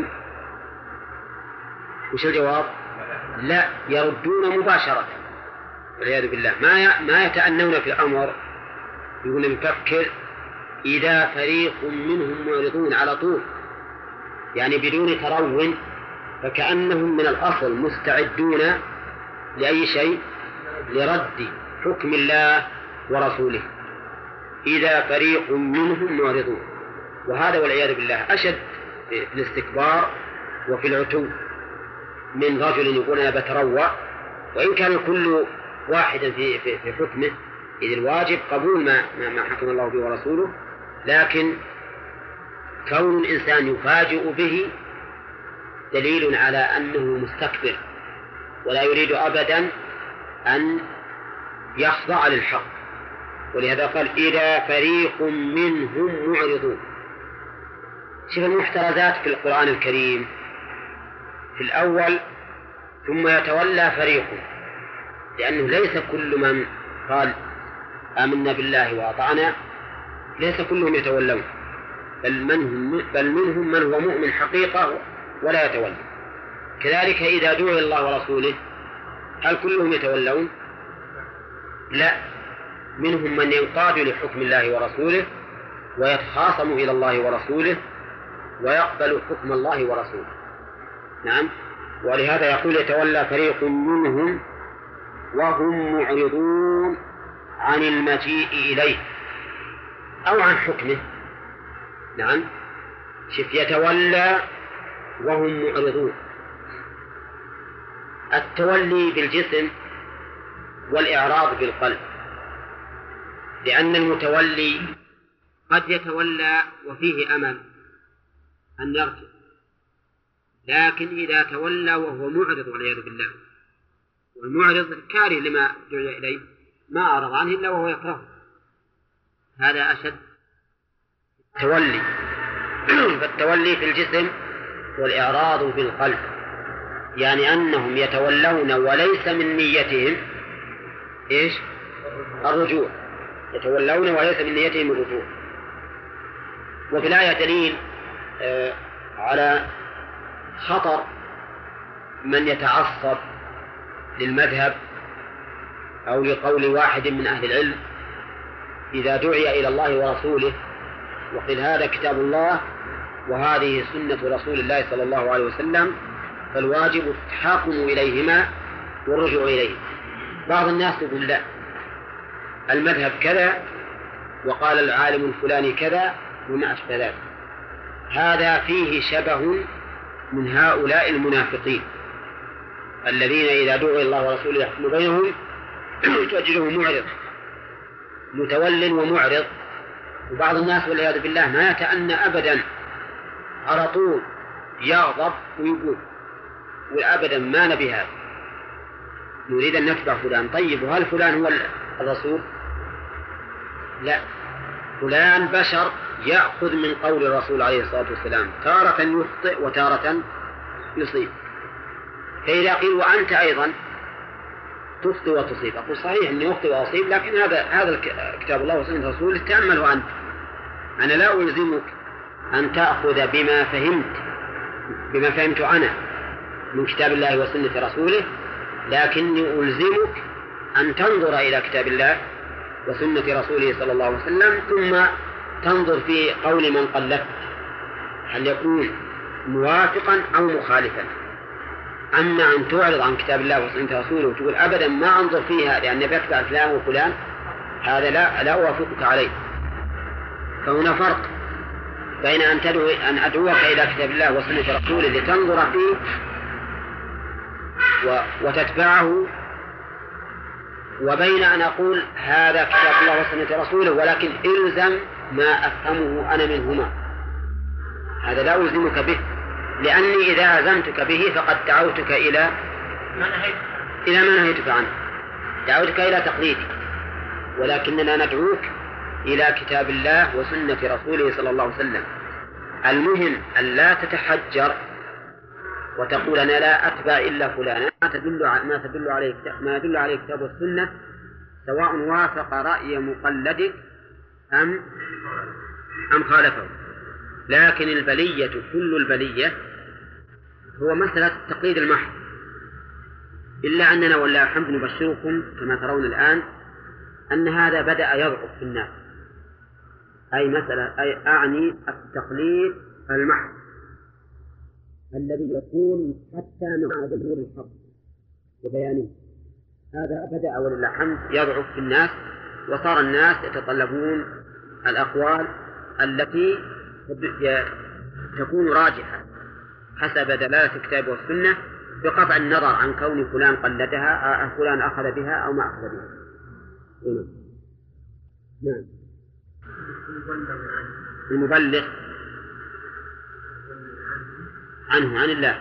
وش الجواب؟ لا، يردون مباشرة والعياذ بالله. ما يتأنون في الأمر، يقول نفكر. إذا فريق منهم معرضون على طول، يعني بدون ترون، فكأنهم من الأصل مستعدون لأي شيء، لرد حكم الله ورسوله. إذا فريق منهم معرضون، وهذا والعياذ بالله أشد في الاستكبار وفي العتو من رجل يقول أنا بتروى، وإن كان كل واحد في حكمه، إذ الواجب قبول ما حكم الله به ورسوله، لكن كون الإنسان يفاجئ به دليل على أنه مستكبر ولا يريد أبدا أن يخضع للحق. ولهذا قال إذا فريق منهم معرضون. شوف المحترزات في القرآن الكريم، في الأول ثم يتولى فريق، لأنه ليس كل من قال آمنا بالله وأطعنا ليس كلهم يتولون، بل منهم من هو مؤمن حقيقة ولا يتولى. كذلك إذا دعوا إلى الله ورسوله هل كلهم يتولون؟ لا، منهم من ينقاد لحكم الله ورسوله ويتخاصم إلى الله ورسوله ويقبل حكم الله ورسوله. نعم، ولهذا يقول يتولى فريق منهم وهم معرضون عن المجيء إليه أو عن حكمه. نعم، شف يتولى وهم معرضون. التولي بالجسم والإعراض بالقلب، لأن المتولي قد يتولى وفيه أمل أن يرجع، لكن إذا تولى وهو معرض والعياذ بالله، والمعرض كاره لما دعي إليه، ما أعرض عنه إلا وهو يكرهه، هذا أشد التولي. فالتولي في الجسم والإعراض بالقلب، يعني أنهم يتولون وليس من نيتهم إيش؟ الرجوع، يتولون وليس من نيتهم الرجوع. وفي الآية دليل على خطر من يتعصب للمذهب أو لقول واحد من أهل العلم إذا دعي إلى الله ورسوله وقيل هذا كتاب الله وهذه سنة رسول الله صلى الله عليه وسلم فالواجب التحاكم إليهما والرجوع إليه. بعض الناس يقول لا، المذهب كذا وقال العالم الفلاني كذا وما أشبه ذلك. هذا فيه شبه من هؤلاء المنافقين الذين إذا دعوا الله ورسوله يحكم بينهم تجده معرض متول ومعرض. وبعض الناس والعياذ بالله ما يتأنى أبدا، على طول يغضب ويقول وأبدا ما نبي هذا، نريد أن نتبع فلان. طيب وهل فلان هو الرسول؟ لا، فلان بشر يأخذ من قول الرسول عليه الصلاة والسلام، تارة يخطئ وتارة يصيب. فإذا قيل وأنت أيضا تخطئ وتصيب، أقول صحيح أني أخطئ وأصيب، لكن هذا كتاب الله وسنة رسوله تأمله أنت. أنا لا ألزمك أن تأخذ بما فهمت أنا من كتاب الله وسنة رسوله، لكني ألزمك أن تنظر إلى كتاب الله وسنة رسوله صلى الله عليه وسلم، ثم تنظر في قول من قلدت هل يكون موافقا أو مخالفا. أما أن تعرض عن كتاب الله وسنة رسوله وتقول أبدا ما أنظر فيها لأن بتبع فلان وفلان، هذا لا أوافقك عليه. فهنا فرق بين أن أدعوك إلى كتاب الله وسنة رسوله لتنظر فيه وتتبعه، وبين أن أقول هذا كتاب الله وسنة رسوله ولكن إلزم ما أفهمه أنا منهما. هذا لا ألزمك به، لأني إذا عزمتك به فقد دعوتك إلى ما نهيتك عنه، دعوتك إلى تقليدي، ولكننا ندعوك إلى كتاب الله وسنة رسوله صلى الله عليه وسلم. المهم أن لا تتحجر وتقول أنا لا أتبع إلا فلانا، ما يدل عليه كتاب والسنة، سواء وافق رأي مقلدك أم خالفه. لكن البلية كل البلية هو مسألة التقليد المحض، إلا أننا والله الحمد نبشركم كما ترون الآن أن هذا بدأ يضعف في الناس. أي أعني التقليد المحض الذي يكون حتى مع ظهور الحق وبيانه، هذا بدأ ولله الحمد يضعف في الناس، وصار الناس يتطلبون الأقوال التي تكون راجحة حسب دلالة الكتاب والسنة، بقطع النظر عن كون فلان قلدها فلان أخذ بها أو ما أخذ بها. نعم. المبلغ عنه عن الله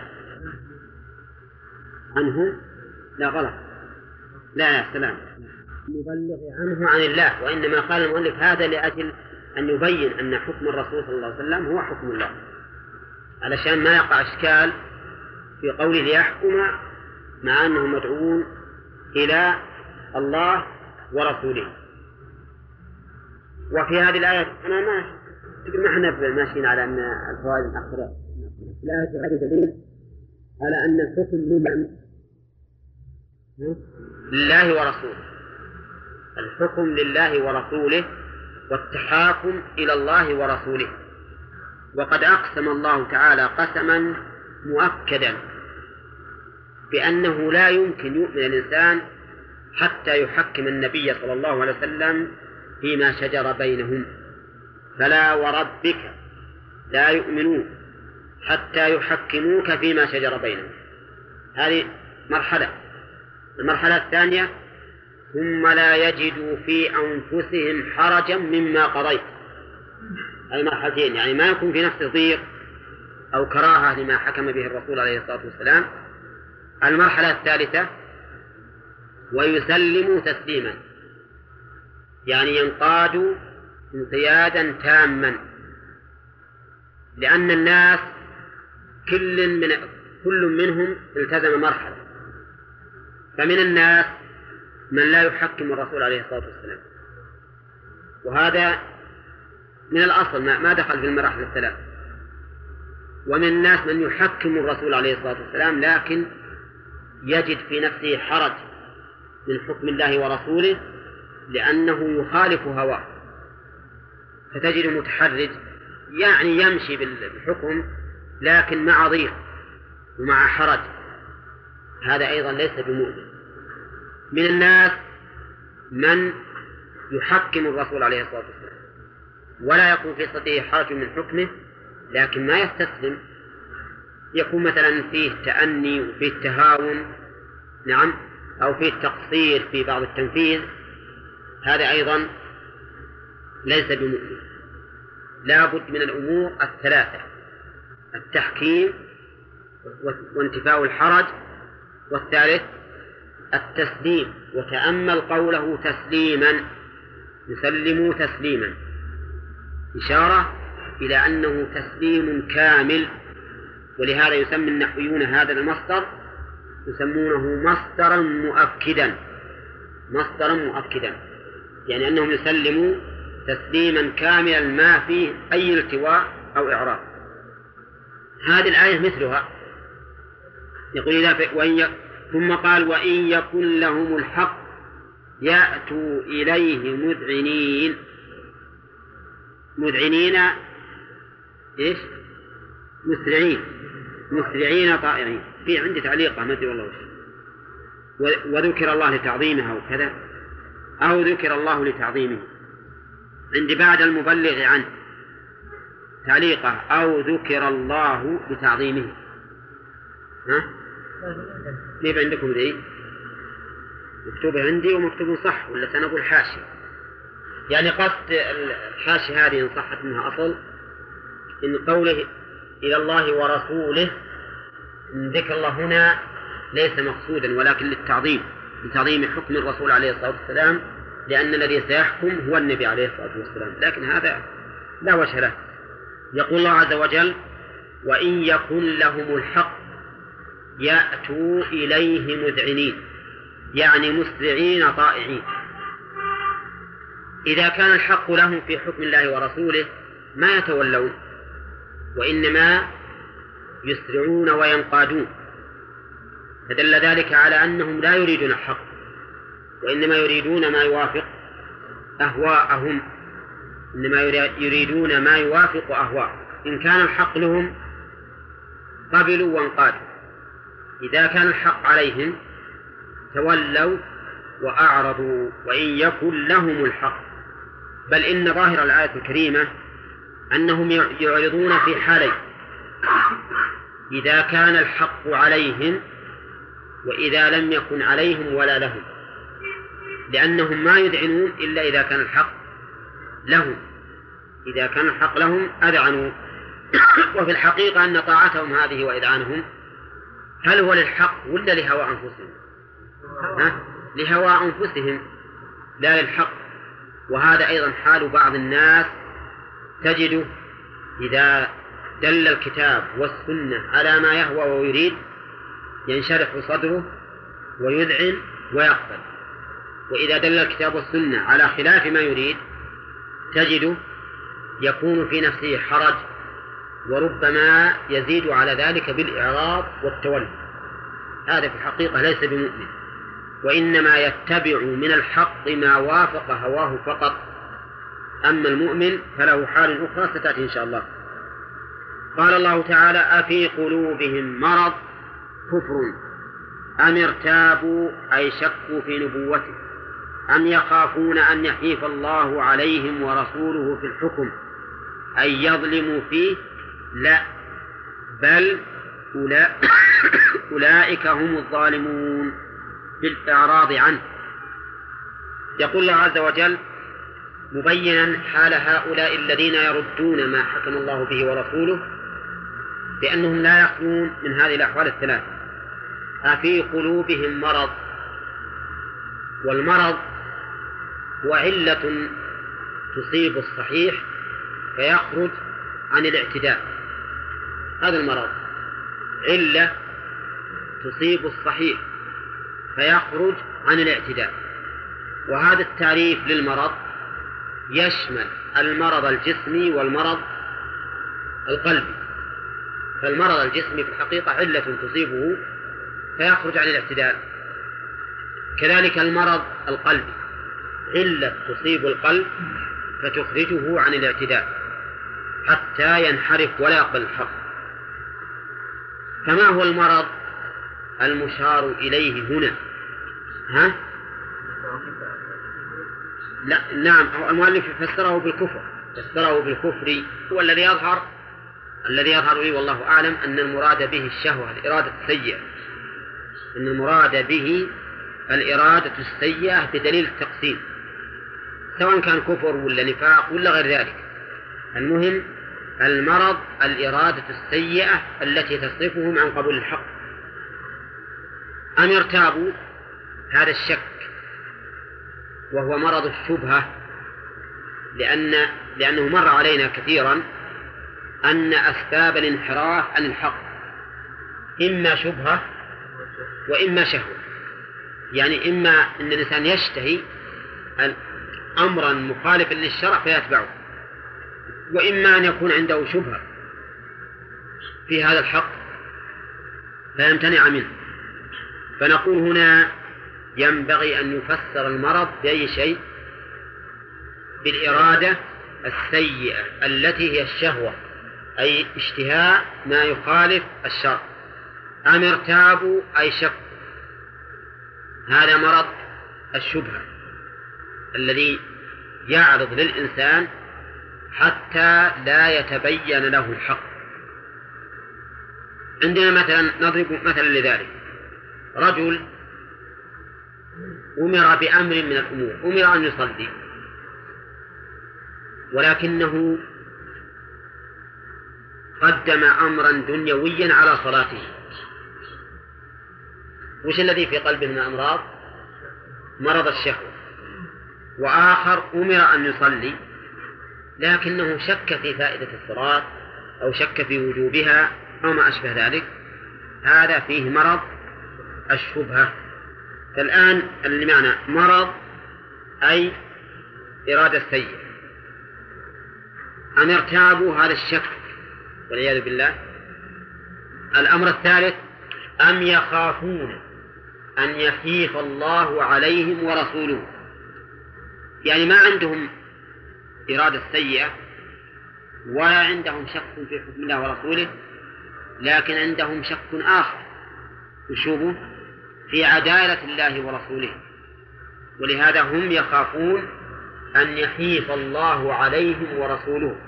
عنه لا غلط، لا يا سلام، المبلغ عنه عن الله. وإنما قال المؤلف هذا لأجل أن يبين أن حكم الرسول صلى الله عليه وسلم هو حكم الله، علشان ما يقع إشكال في قوله ليحكم مع أنهم مدعوون إلى الله ورسوله. وفي هذه الآية أنا ما احنا ماشيين على أن الفوائد الأخرى، الآية هذه دليل على أن الحكم لله ورسوله، الحكم لله ورسوله والتحاكم إلى الله ورسوله. وقد أقسم الله تعالى قسما مؤكدا بأنه لا يمكن يؤمن الإنسان حتى يحكم النبي صلى الله عليه وسلم فيما شجر بينهم. فلا وربك لا يؤمنون حتى يحكموك فيما شجر بينهم. هذه مرحلة. المرحلة الثانية ثم لا يجدوا في أنفسهم حرجا مما قضيت. هذه مرحلتين، يعني ما يكون في نفس ضيق أو كراهة لما حكم به الرسول عليه الصلاة والسلام. المرحلة الثالثة ويسلموا تسليما، يعني ينقادوا انقيادا تاما، لأن الناس كل منهم التزم مرحلة. فمن الناس من لا يحكم الرسول عليه الصلاة والسلام، وهذا من الأصل ما دخل في المراحل الثلاث. ومن الناس من يحكم الرسول عليه الصلاة والسلام لكن يجد في نفسه حرج من حكم الله ورسوله لأنه يخالف هواه، فتجد متحرج، يعني يمشي بالحكم لكن مع ضيق ومع حرج، هذا أيضا ليس بمؤمن. من الناس من يحكم الرسول عليه الصلاة والسلام ولا يكون في صدره حرج من حكمه، لكن ما يستسلم، يكون مثلا فيه تأني وفيه تهاون، نعم، أو فيه تقصير في بعض التنفيذ، هذا أيضا ليس بمؤمن. لا بد من الأمور الثلاثة: التحكيم وانتفاء الحرج، والثالث التسليم. وتأمل قوله تسليما، يسلم تسليما، إشارة إلى أنه تسليم كامل. ولهذا يسمي النحويون هذا المصدر يسمونه مصدرا مؤكدا، مصدرا مؤكدا، يعني أنهم يسلموا تسليما كاملا ما فيه أي التواء أو إعراب. هذه الآية مثلها، يقول ثم قال وإن يكن لهم الحق يأتوا إليه مذعنين. مذعنين إيش؟ مسرعين، مسرعين طائعين. في عندي تعليقة ما أدري والله وذكر الله لتعظيمها وكذا، أو ذكر الله لتعظيمه. عندي بعد المبلغ عنه تعليقة أو ذكر الله لتعظيمه. ها؟ كيف عندكم ذي؟ مكتوبة عندي ومكتوب صح ولا سنقول حاشية؟ يعني قصد الحاشية هذه إن صحت منها أصل إن قوله إلى الله ورسوله، إن ذكر الله هنا ليس مقصودا ولكن للتعظيم، لتعظيم حكم الرسول عليه الصلاة والسلام، لأن الذي سيحكم هو النبي عليه الصلاة والسلام، لكن هذا لا وجه له. يقول الله عز وجل وإن يكن لهم الحق يأتوا إليه مذعنين، يعني مسرعين طائعين. إذا كان الحق لهم في حكم الله ورسوله ما يتولون، وإنما يسرعون وينقادون، فدل ذلك على أنهم لا يريدون الحق، وإنما يريدون ما يوافق أهواءهم، إنما يريدون ما يوافق أهواءهم. إن كان الحق لهم قبلوا وانقادوا، إذا كان الحق عليهم تولوا وأعرضوا. وإن يكن لهم الحق، بل إن ظاهر الآية الكريمة أنهم يعرضون في حالين: إذا كان الحق عليهم وإذا لم يكن عليهم ولا لهم، لأنهم ما يذعنون إلا إذا كان الحق لهم. إذا كان الحق لهم أذعنوا. وفي الحقيقة أن طاعتهم هذه وإذعانهم هل هو للحق ولا لهوى أنفسهم؟ لهوى أنفسهم لا للحق. وهذا أيضا حال بعض الناس، تجده إذا دل الكتاب والسنة على ما يهوى ويريد ينشرح صدره ويذعن ويقبل، وإذا دل الكتاب والسنة على خلاف ما يريد تجده يكون في نفسه حرج، وربما يزيد على ذلك بالإعراض والتولي. هذا في الحقيقة ليس بمؤمن، وإنما يتبع من الحق ما وافق هواه فقط. أما المؤمن فله حال أخرى ستأتي إن شاء الله. قال الله تعالى أفي قلوبهم مرض كفر أم ارتابوا أي شكوا في نبوته أم يخافون أن يحيف الله عليهم ورسوله في الحكم أي يظلموا فيه. لا، بل أولئك هم الظالمون بالإعراض عنه. يقول الله عز وجل مبينا حال هؤلاء الذين يردون ما حكم الله به ورسوله بأنهم لا يخلون من هذه الأحوال الثلاث: أفي قلوبهم مرض، والمرض هو علة تصيب الصحيح فيخرج عن الاعتداء. هذا المرض علة تصيب الصحيح فيخرج عن الاعتداء. وهذا التعريف للمرض يشمل المرض الجسمي والمرض القلبي. فالمرض الجسمي في الحقيقة علة تصيبه فيخرج عن الاعتدال، كذلك المرض القلبي علة تصيب القلب فتخرجه عن الاعتدال حتى ينحرف ولا يقبل الحق. فما هو المرض المشار إليه هنا؟ ها؟ لا نعم، المؤلف فسره بالكفر، هو الذي يظهر لي والله أعلم أن المراد به الشهوة، الإرادة السيئة، أن المراد به الإرادة السيئة بدليل التقسيم، سواء كان كفر ولا نفاق ولا غير ذلك. المهم المرض الإرادة السيئة التي تصرفهم عن قبول الحق. أم ارتابوا، هذا الشك وهو مرض الشبهة، لأنه مر علينا كثيرا أن أسباب الانحراف عن الحق إما شبهة وإما شهوة، يعني إما أن الإنسان يشتهي أمرا مخالفا للشرع فيتبعه، وإما أن يكون عنده شبهة في هذا الحق فيمتنع منه. فنقول هنا ينبغي أن يفسر المرض بأي شيء؟ بالإرادة السيئة التي هي الشهوة، أي اشتهاء ما يخالف الشرع. أم ارتابوا أي شك، هذا مرض الشبهة الذي يعرض للإنسان حتى لا يتبين له الحق. عندنا مثلا، نضرب مثلا لذلك، رجل أمر بأمر من الأمور، أمر أن يصلي، ولكنه قدم أمرا دنيويا على صلاته. وش الذي في قلبه من الأمراض؟ مرض الشهوة. وآخر أمر أن يصلي لكنه شك في فائدة الصلاة أو شك في وجوبها أو ما أشبه ذلك، هذا فيه مرض الشبهة. فالآن اللي معنى مرض أي إرادة سيئة. أن ارتابوا هذا الشك والعياذ بالله. الأمر الثالث أم يخافون أن يخيف الله عليهم ورسوله، يعني ما عندهم إرادة سيئة ولا عندهم شك في حكم الله ورسوله، لكن عندهم شك آخر يشوبه في عدالة الله ورسوله، ولهذا هم يخافون أن يخيف الله عليهم ورسوله،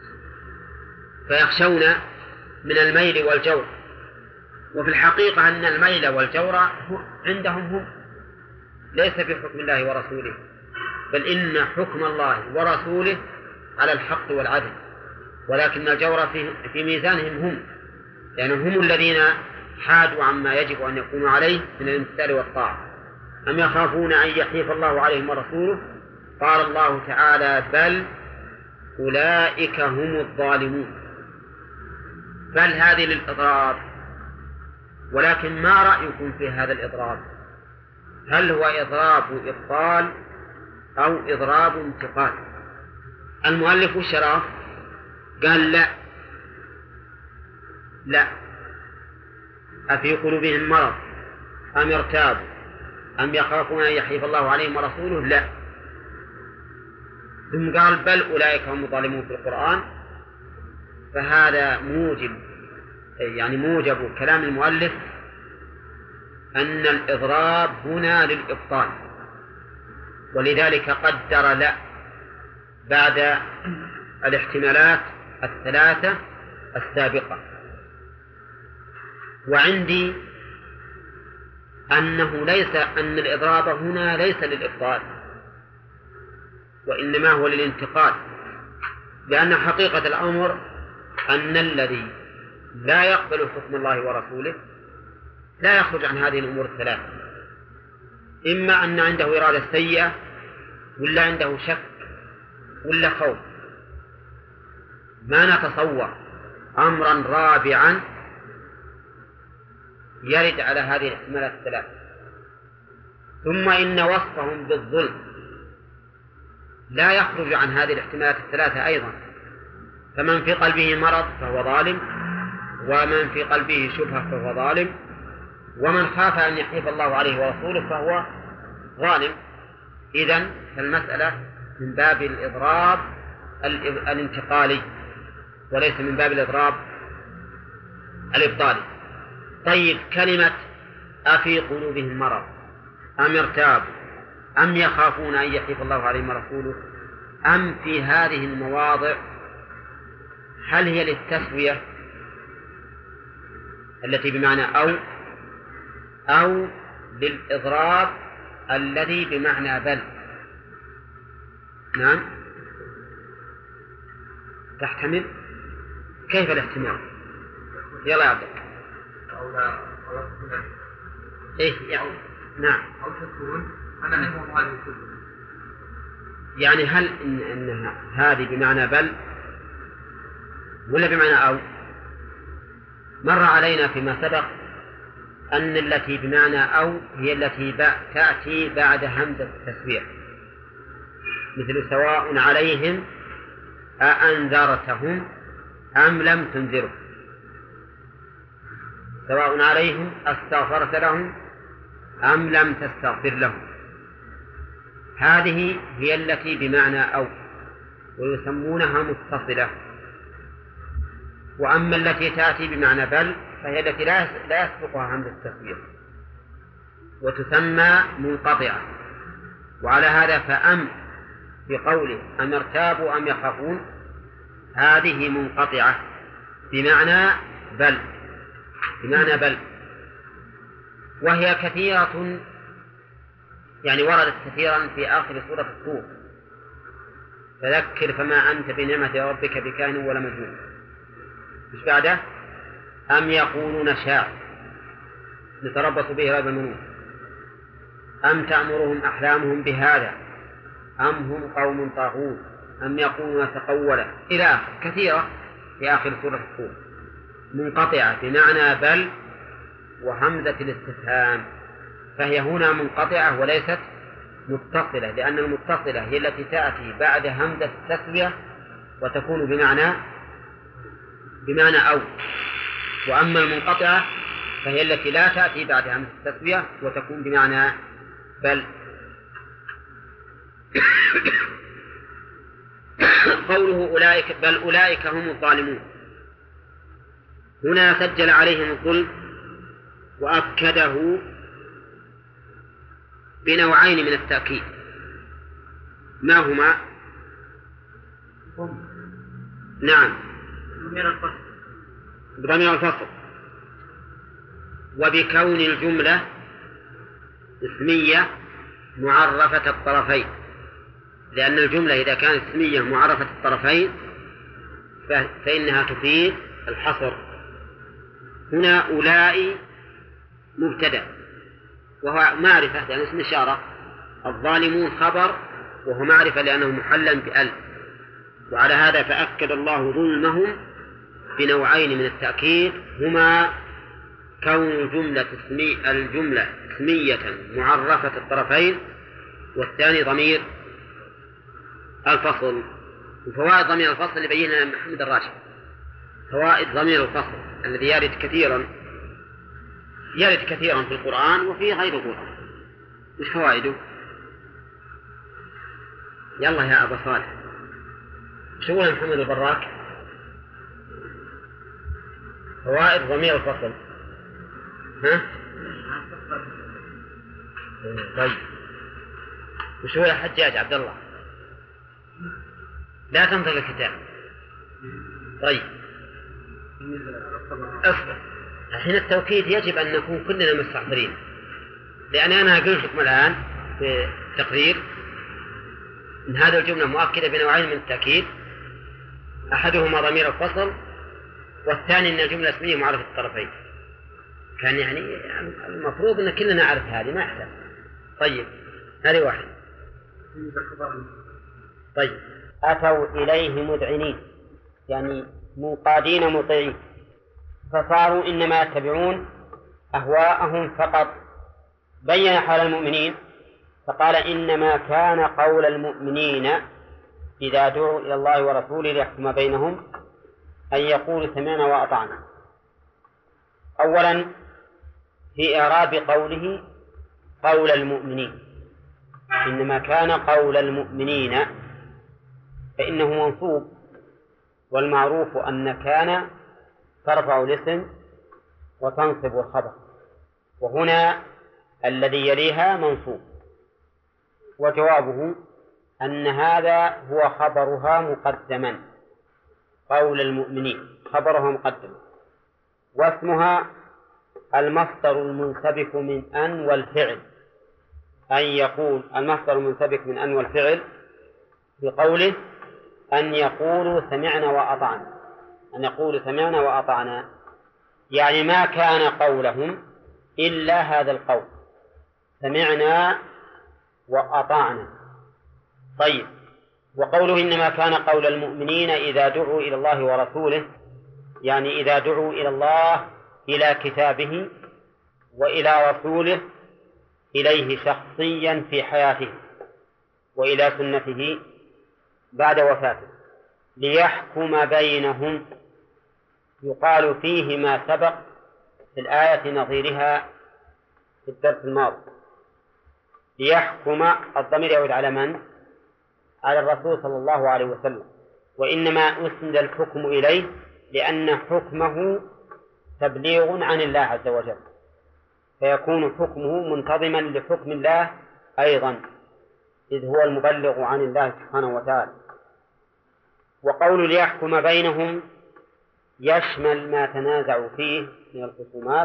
فيخشون من الميل والجور. وفي الحقيقة أن الميل والجور عندهم هم، ليس بحكم الله ورسوله، بل إن حكم الله ورسوله على الحق والعدل، ولكن الجور في ميزانهم هم، لأنهم هم الذين حادوا عما يجب أن يكونوا عليه من الامتثال والطاعة. أم يخافون أن يحيف الله عليهم ورسوله؟ قال الله تعالى بل أولئك هم الظالمون. بل هذه للإضراب، ولكن ما رأيكم في هذا الإضراب؟ هل هو إضراب إبطال أو إضراب انتقال؟ المؤلف الشراف قال لا، أفي قلوبهم مرض أم ارتابوا أم يخافون أن يحيف الله عليهم ورسوله؟ لا. ثم قال بل أولئك هم الظالمون في القرآن. فهذا موجب كلام المؤلف أن الإضراب هنا للإبطال، ولذلك قدر لا بعد الاحتمالات الثلاثة السابقة. وعندي أن الإضراب هنا ليس للإبطال وإنما هو للانتقال، لأن حقيقة الأمر أن الذي لا يقبل حكم الله ورسوله لا يخرج عن هذه الأمور الثلاثة، إما أن عنده إرادة سيئة ولا عنده شك ولا خوف. ما نتصور أمرا رابعا يرد على هذه الاحتمالات الثلاثة. ثم إن وصفهم بالظلم لا يخرج عن هذه الاحتمالات الثلاثة أيضا، فمن في قلبه مرض فهو ظالم، ومن في قلبه شبهة فهو ظالم، ومن خاف أن يحيف الله عليه ورسوله فهو ظالم. إذن فالمسألة من باب الإضراب الانتقالي وليس من باب الإضراب الإبطالي. طيب كلمة أفي قلوبهم مرض أم ارتابوا أم يخافون أن يحيف الله عليهم ورسوله أم في هذه المواضع هل هي للتسوية التي بمعنى أو للإضراب الذي بمعنى بل؟ نعم تحتمل. كيف الاحتمال؟ يلا يا عبد إيه يعني نعم أو تكون أنا علمهم هذه كلها. يعني هل إن هذه بمعنى بل ولا بمعنى أو؟ مر علينا فيما سبق أن التي بمعنى أو هي التي تأتي بعد همزة التسوية، مثل سواء عليهم أأنذرتهم أم لم تنذرهم، سواء عليهم أستغفرت لهم أم لم تستغفر لهم. هذه هي التي بمعنى أو ويسمونها متصلة. وأما التي تأتي بمعنى بل فهي التي لا يسبقها همزة التسوية وتسمى منقطعة. وعلى هذا فأم في قوله أم ارتابوا أم يخافون هذه منقطعة بمعنى بل، وهي كثيرة يعني وردت كثيرا في آخر سورة الطور، فذكر فما أنت بنعمة ربك بكاهن ولا مجنون. مش بعده أم يقولون شاعر نتربص به ريب المنون أم تأمرهم أحلامهم بهذا أم هم قوم طاغون أم يقولون تقولا إلى آخر، كثيرة في آخر سورة الطور منقطعة بمعنى بل وهمزة الاستفهام، فهي هنا منقطعة وليست متصلة، لأن المتصلة هي التي تأتي بعد همزة التسوية وتكون بمعنى أو، وأما المنقطعة فهي التي لا تأتي بعد همزة التسوية وتكون بمعنى بل. قوله أولئك بل أولئك هم الظالمون هنا سجل عليهم الظلم وأكده بنوعين من التأكيد. ما هما؟ نعم بضمير الفصل وبكون الجملة اسمية معرفة الطرفين، لأن الجملة إذا كانت اسمية معرفة الطرفين فإنها تفيد الحصر. هنا أولئك مبتدأ وهو معرفة لأنه اسم إشارة، الظالمون خبر وهو معرفة لأنه محلا بأل، وعلى هذا فأكد الله ظلمهم بنوعين من التأكيد هما كون الجملة اسمية معرفة الطرفين، والثاني ضمير الفصل. وفوائد ضمير الفصل اللي بينها محمد الراشد، فوائد ضمير الفصل الذي يرد كثيرا في القرآن وفي غير القرآن. مش فوائده؟ يلا يا أبا صالح شو هو محمد البراك؟ فوائد ضمير الفصل. ها؟ طيب وشو يا حجاج عبد الله؟ لا تنظر الكتاب. طيب اصبر، الحين التوكيد يجب أن نكون كلنا مستحضرين، لأن أنا أقول لكم الآن في التقرير إن هذه الجملة مؤكدة بنوعين من التأكيد، أحدهما ضمير الفصل والثاني أن الجملة اسمية معرفة الطرفين. كان يعني المفروض أن كلنا نعرف هذه، ما يحتاج. طيب هذه واحد. طيب أتوا إليه مذعنين يعني منقادين مطيعين، فصاروا إنما يتبعون أهواءهم فقط. بين حال المؤمنين فقال إنما كان قول المؤمنين إذا دعوا إلى الله ورسوله ليحكم بينهم أن يقولوا سمعنا وأطعنا. أولا في إعراب قوله قول المؤمنين، إنما كان قول المؤمنين فإنه منصوب، والمعروف أن كان ترفع الاسم وتنصب الخبر، وهنا الذي يليها منصوب، وجوابه أن هذا هو خبرها مقدما، قول المؤمنين خبرها مقدما، واسمها المصدر المنسبك من أن والفعل، أن يقول المصدر المنسبك من أن والفعل بقوله أن يقولوا سمعنا وأطعنا، أن يقولوا سمعنا وأطعنا، يعني ما كان قولهم إلا هذا القول سمعنا وأطعنا. طيب، وقوله إنما كان قول المؤمنين إذا دعوا إلى الله ورسوله، يعني إذا دعوا إلى الله إلى كتابه وإلى رسوله إليه شخصيا في حياته وإلى سنته بعد وفاته ليحكم بينهم، يقال فيه ما سبق في الآية نظيرها في الدرس الماضي. ليحكم الضمير يعود على من؟ على الرسول صلى الله عليه وسلم، وإنما أسند الحكم إليه لأن حكمه تبليغ عن الله عز وجل، فيكون حكمه منتظما لحكم الله أيضا، إذ هو المبلغ عن الله سبحانه وتعالى. وقول ليحكم بينهم يشمل ما تنازعوا فيه من الخصومات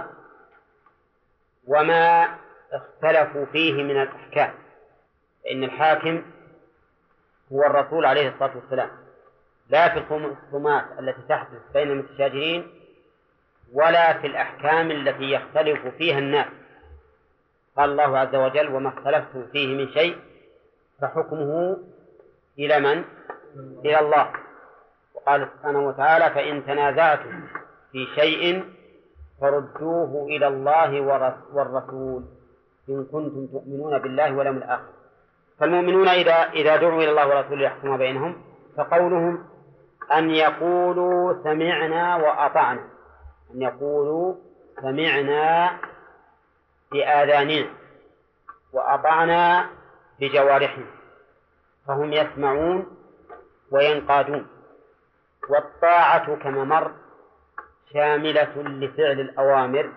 وما اختلفوا فيه من الأحكام، فإن الحاكم هو الرسول عليه الصلاة والسلام، لا في الخصومات التي تحدث بين المتشاجرين ولا في الأحكام التي يختلف فيها الناس. قال الله عز وجل وما اختلفتم فيه من شيء فحكمه إلى من؟ إلى الله. وقال سبحانه وتعالى فإن تنازعتم في شيء فردوه إلى الله والرسول إن كنتم تؤمنون بالله واليوم الآخر. فالمؤمنون إذا دعوا إلى الله ورسوله ليحكم بينهم فقولهم أن يقولوا سمعنا وأطعنا، أن يقولوا سمعنا بآذاننا وأطعنا بجوارحنا، فهم يسمعون وينقادون. والطاعة كما مر شاملة لفعل الأوامر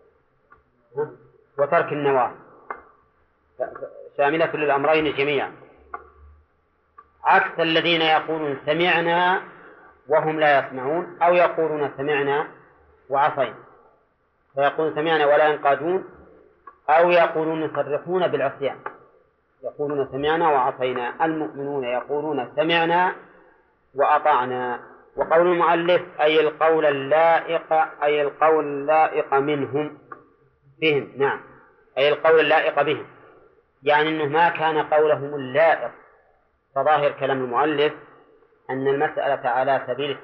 وترك النواهي، شاملة للأمرين جميعا، عكس الذين يقولون سمعنا وهم لا يسمعون، أو يقولون سمعنا وعصينا، فيقولون سمعنا ولا ينقادون، أو يقولون يصرحون بالعصيان، يقولون سمعنا وعصينا. المؤمنون يقولون سمعنا وأطعنا. وقول المؤلف أي القول اللائق منهم بهم، نعم، أي القول اللائق بهم، يعني أنه ما كان قولهم اللائق. فظاهر كلام المؤلف أن المسألة على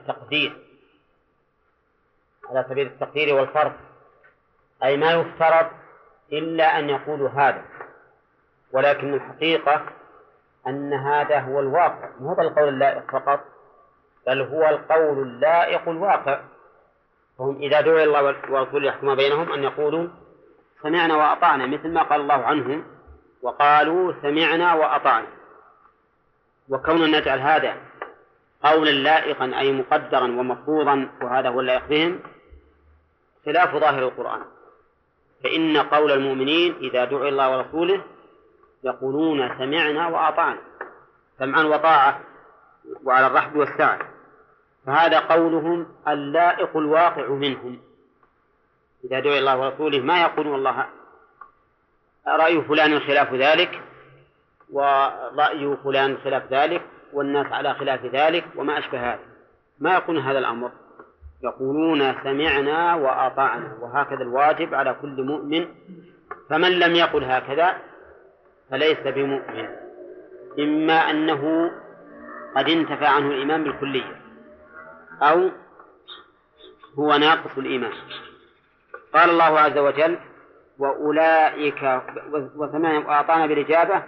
سبيل التقدير والفرض، أي ما يفترض إلا أن يقولوا هذا، ولكن الحقيقة أن هذا هو الواقع، مو هو القول اللائق فقط، بل هو القول اللائق الواقع. فهم إذا دعوا الله ورسوله يحكم بينهم أن يقولوا سمعنا وأطعنا، مثل ما قال الله عنهم وقالوا سمعنا وأطعنا. وكون نجعل هذا قولا لائقا أي مقدرا ومفروضا وهذا هو اللائق بهم خلاف ظاهر القرآن، فإن قول المؤمنين إذا دعوا الله ورسوله يقولون سمعنا وأطعنا سمعا وطاعة وعلى الرحب والسعة، فهذا قولهم اللائق الواقع منهم. إذا دعوا الله ورسوله ما يقولون والله رأي فلان خلاف ذلك ورأي فلان خلاف ذلك والناس على خلاف ذلك وما أشبه هذا، ما يقولون هذا الأمر، يقولون سمعنا وأطعنا. وهكذا الواجب على كل مؤمن، فمن لم يقل هكذا فليس بمؤمن، إما أنه قد انتفى عنه الإيمان بالكلية أو هو ناقص الإيمان. قال الله عز وجل وأولئك وسمعنا وأطعنا بالإجابة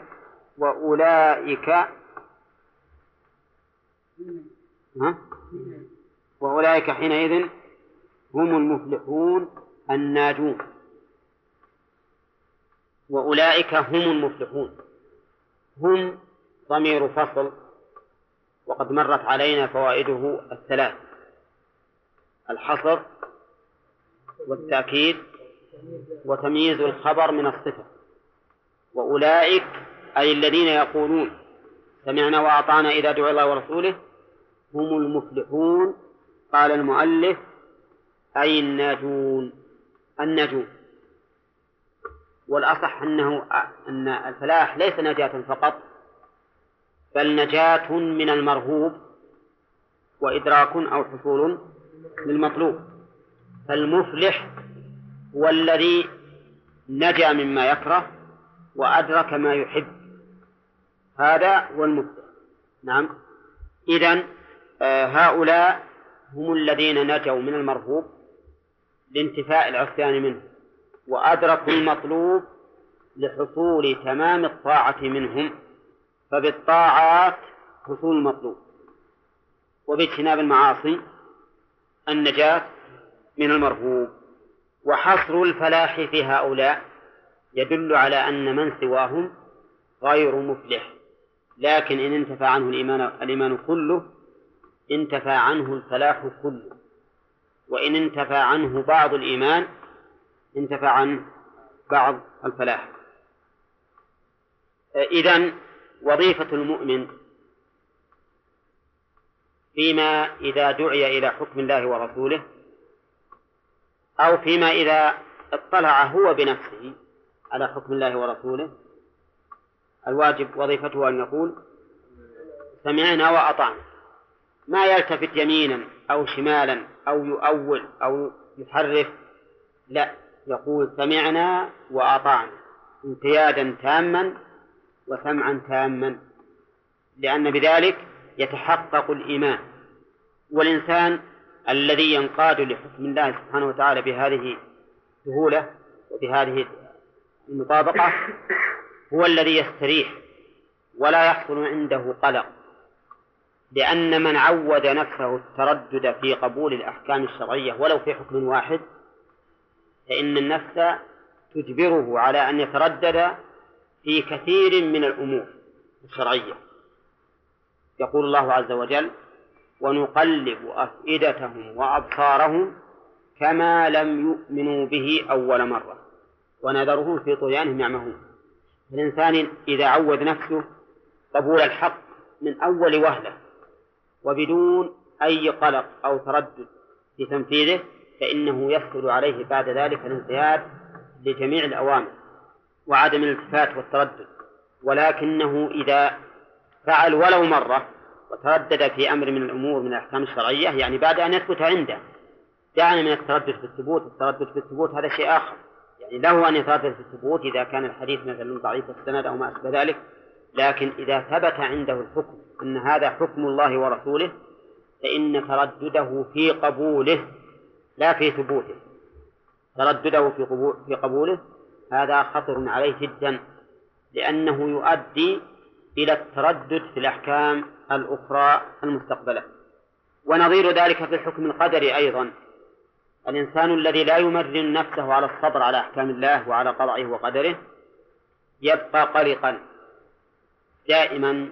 وأولئك حينئذ هم المفلحون الناجون. وأولئك هم المفلحون، هم ضمير فصل، وقد مرت علينا فوائده الثلاث: الحصر والتأكيد وتمييز الخبر من الصفة. وأولئك أي الذين يقولون سمعنا وأطعنا إذا دعا الله ورسوله هم المفلحون. قال المؤلف أي الناجون. والأصح أن الفلاح ليس نجاة فقط، بل نجاة من المرهوب وإدراك أو حصول للمطلوب. فالمفلح هو الذي نجا مما يكره وأدرك ما يحب، هذا هو المفلح. نعم. إذن هؤلاء هم الذين نجوا من المرهوب لانتفاء العصيان منه، وأدركوا المطلوب لحصول تمام الطاعة منهم. فبالطاعات حصول المطلوب، وباجتناب المعاصي النجاة من المرهوب. وحصر الفلاح في هؤلاء يدل على أن من سواهم غير مفلح، لكن إن انتفى عنه الإيمان كله انتفى عنه الفلاح كله، وإن انتفى عنه بعض الإيمان انتفى عنه بعض الفلاح. إذن وظيفة المؤمن فيما إذا دعي إلى حكم الله ورسوله، أو فيما إذا اطلع هو بنفسه على حكم الله ورسوله، الواجب وظيفته أن يقول سمعنا وأطعنا، ما يلتفت يمينا أو شمالا أو يؤول أو يحرف، لا، يقول سمعنا وأطعنا انقيادا تاما وسمعا تاما، لأن بذلك يتحقق الإيمان. والإنسان الذي ينقاد لحكم الله سبحانه وتعالى بهذه السهولة وبهذه المطابقة هو الذي يستريح ولا يحصل عنده قلق، لأن من عود نفسه التردد في قبول الأحكام الشرعية ولو في حكم واحد فإن النفس تجبره على أن يتردد في كثير من الأمور الشرعية. يقول الله عز وجل ونقلب أفئدتهم وأبصارهم كما لم يؤمنوا به أول مرة ونذرهم في طغيانهم يعمهون. الإنسان إذا عود نفسه قبول الحق من أول وهلة وبدون أي قلق أو تردد في تنفيذه فإنه يسهل عليه بعد ذلك الانقياد لجميع الأوامر وعدم الالتفات والتردد. ولكنه إذا فعل ولو مرة وتردد في أمر من الأمور من الأحكام الشرعية، يعني بعد أن يثبت عنده، دعنا من التردد في الثبوت، التردد في الثبوت هذا شيء آخر، يعني له أن يتردد في الثبوت إذا كان الحديث مثلا ضعيف السند أو ما أشبه ذلك، لكن إذا ثبت عنده الحكم أن هذا حكم الله ورسوله فإن تردده في قبوله لا في ثبوته، تردده في قبوله هذا خطر عليه جدا، لأنه يؤدي إلى التردد في الأحكام الأخرى المستقبلة. ونظير ذلك في الحكم القدري أيضا، الإنسان الذي لا يمرن نفسه على الصبر على أحكام الله وعلى قضائه وقدره يبقى قلقا دائما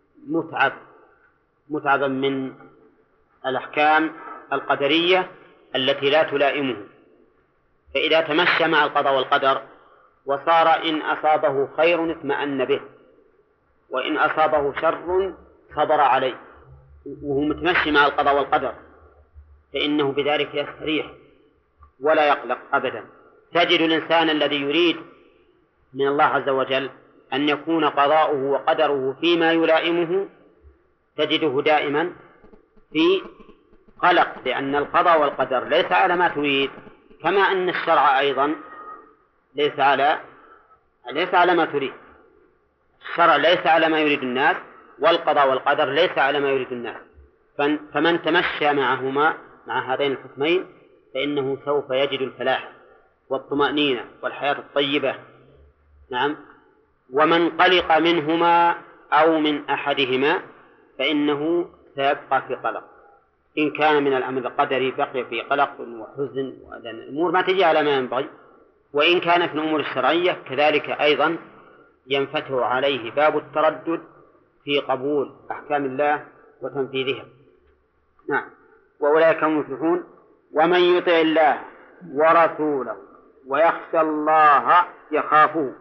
متعبا من الأحكام القدرية التي لا تلائمه. فإذا تمشى مع القضاء والقدر وصار إن أصابه خير اطمأن به وإن أصابه شر صبر عليه وهو متمشي مع القضاء والقدر فإنه بذلك يستريح ولا يقلق أبدا. تجد الإنسان الذي يريد من الله عز وجل أن يكون قضاؤه وقدره فيما يلائمه تجده دائما في قلق، لأن القضاء والقدر ليس على ما تريد، كما أن الشرع أيضا ليس على ما تريد. الشرع ليس على ما يريد الناس، والقضاء والقدر ليس على ما يريد الناس. فمن تمشى معهما مع هذين الحكمين فإنه سوف يجد الفلاح والطمأنينة والحياة الطيبة. نعم. ومن قلق منهما أو من أحدهما فإنه سيبقى في قلق. إن كان من الأمر القدري بقي في قلق وحزن وأذن الأمور ما تجي على ما ينبغي، وإن كان في الأمور الشرعية كذلك أيضا ينفتح عليه باب التردد في قبول أحكام الله وتنفيذها. نعم. وأولئك هم المفلحون. ومن يطع الله ورسوله ويخشى الله يخافه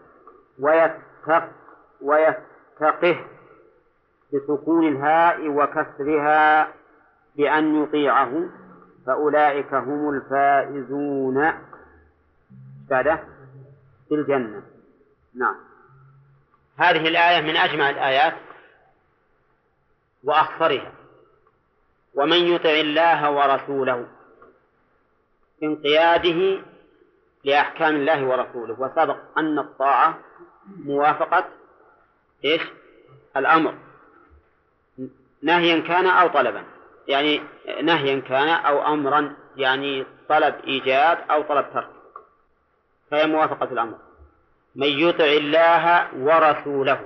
ويتقه بسكون الهاء وكسرها بأن يطيعه فأولئك هم الفائزون بعده في الجنة. نعم. هذه الآية من أجمع الآيات وأخصرها. ومن يطع الله ورسوله انقياده لأحكام الله ورسوله. وسبق أن الطاعة موافقة إيش؟ الأمر، نهيا كان أو طلبا، يعني نهيا كان أو أمرا، يعني طلب إيجاب أو طلب ترك، فهي موافقة الأمر. من يطع الله ورسوله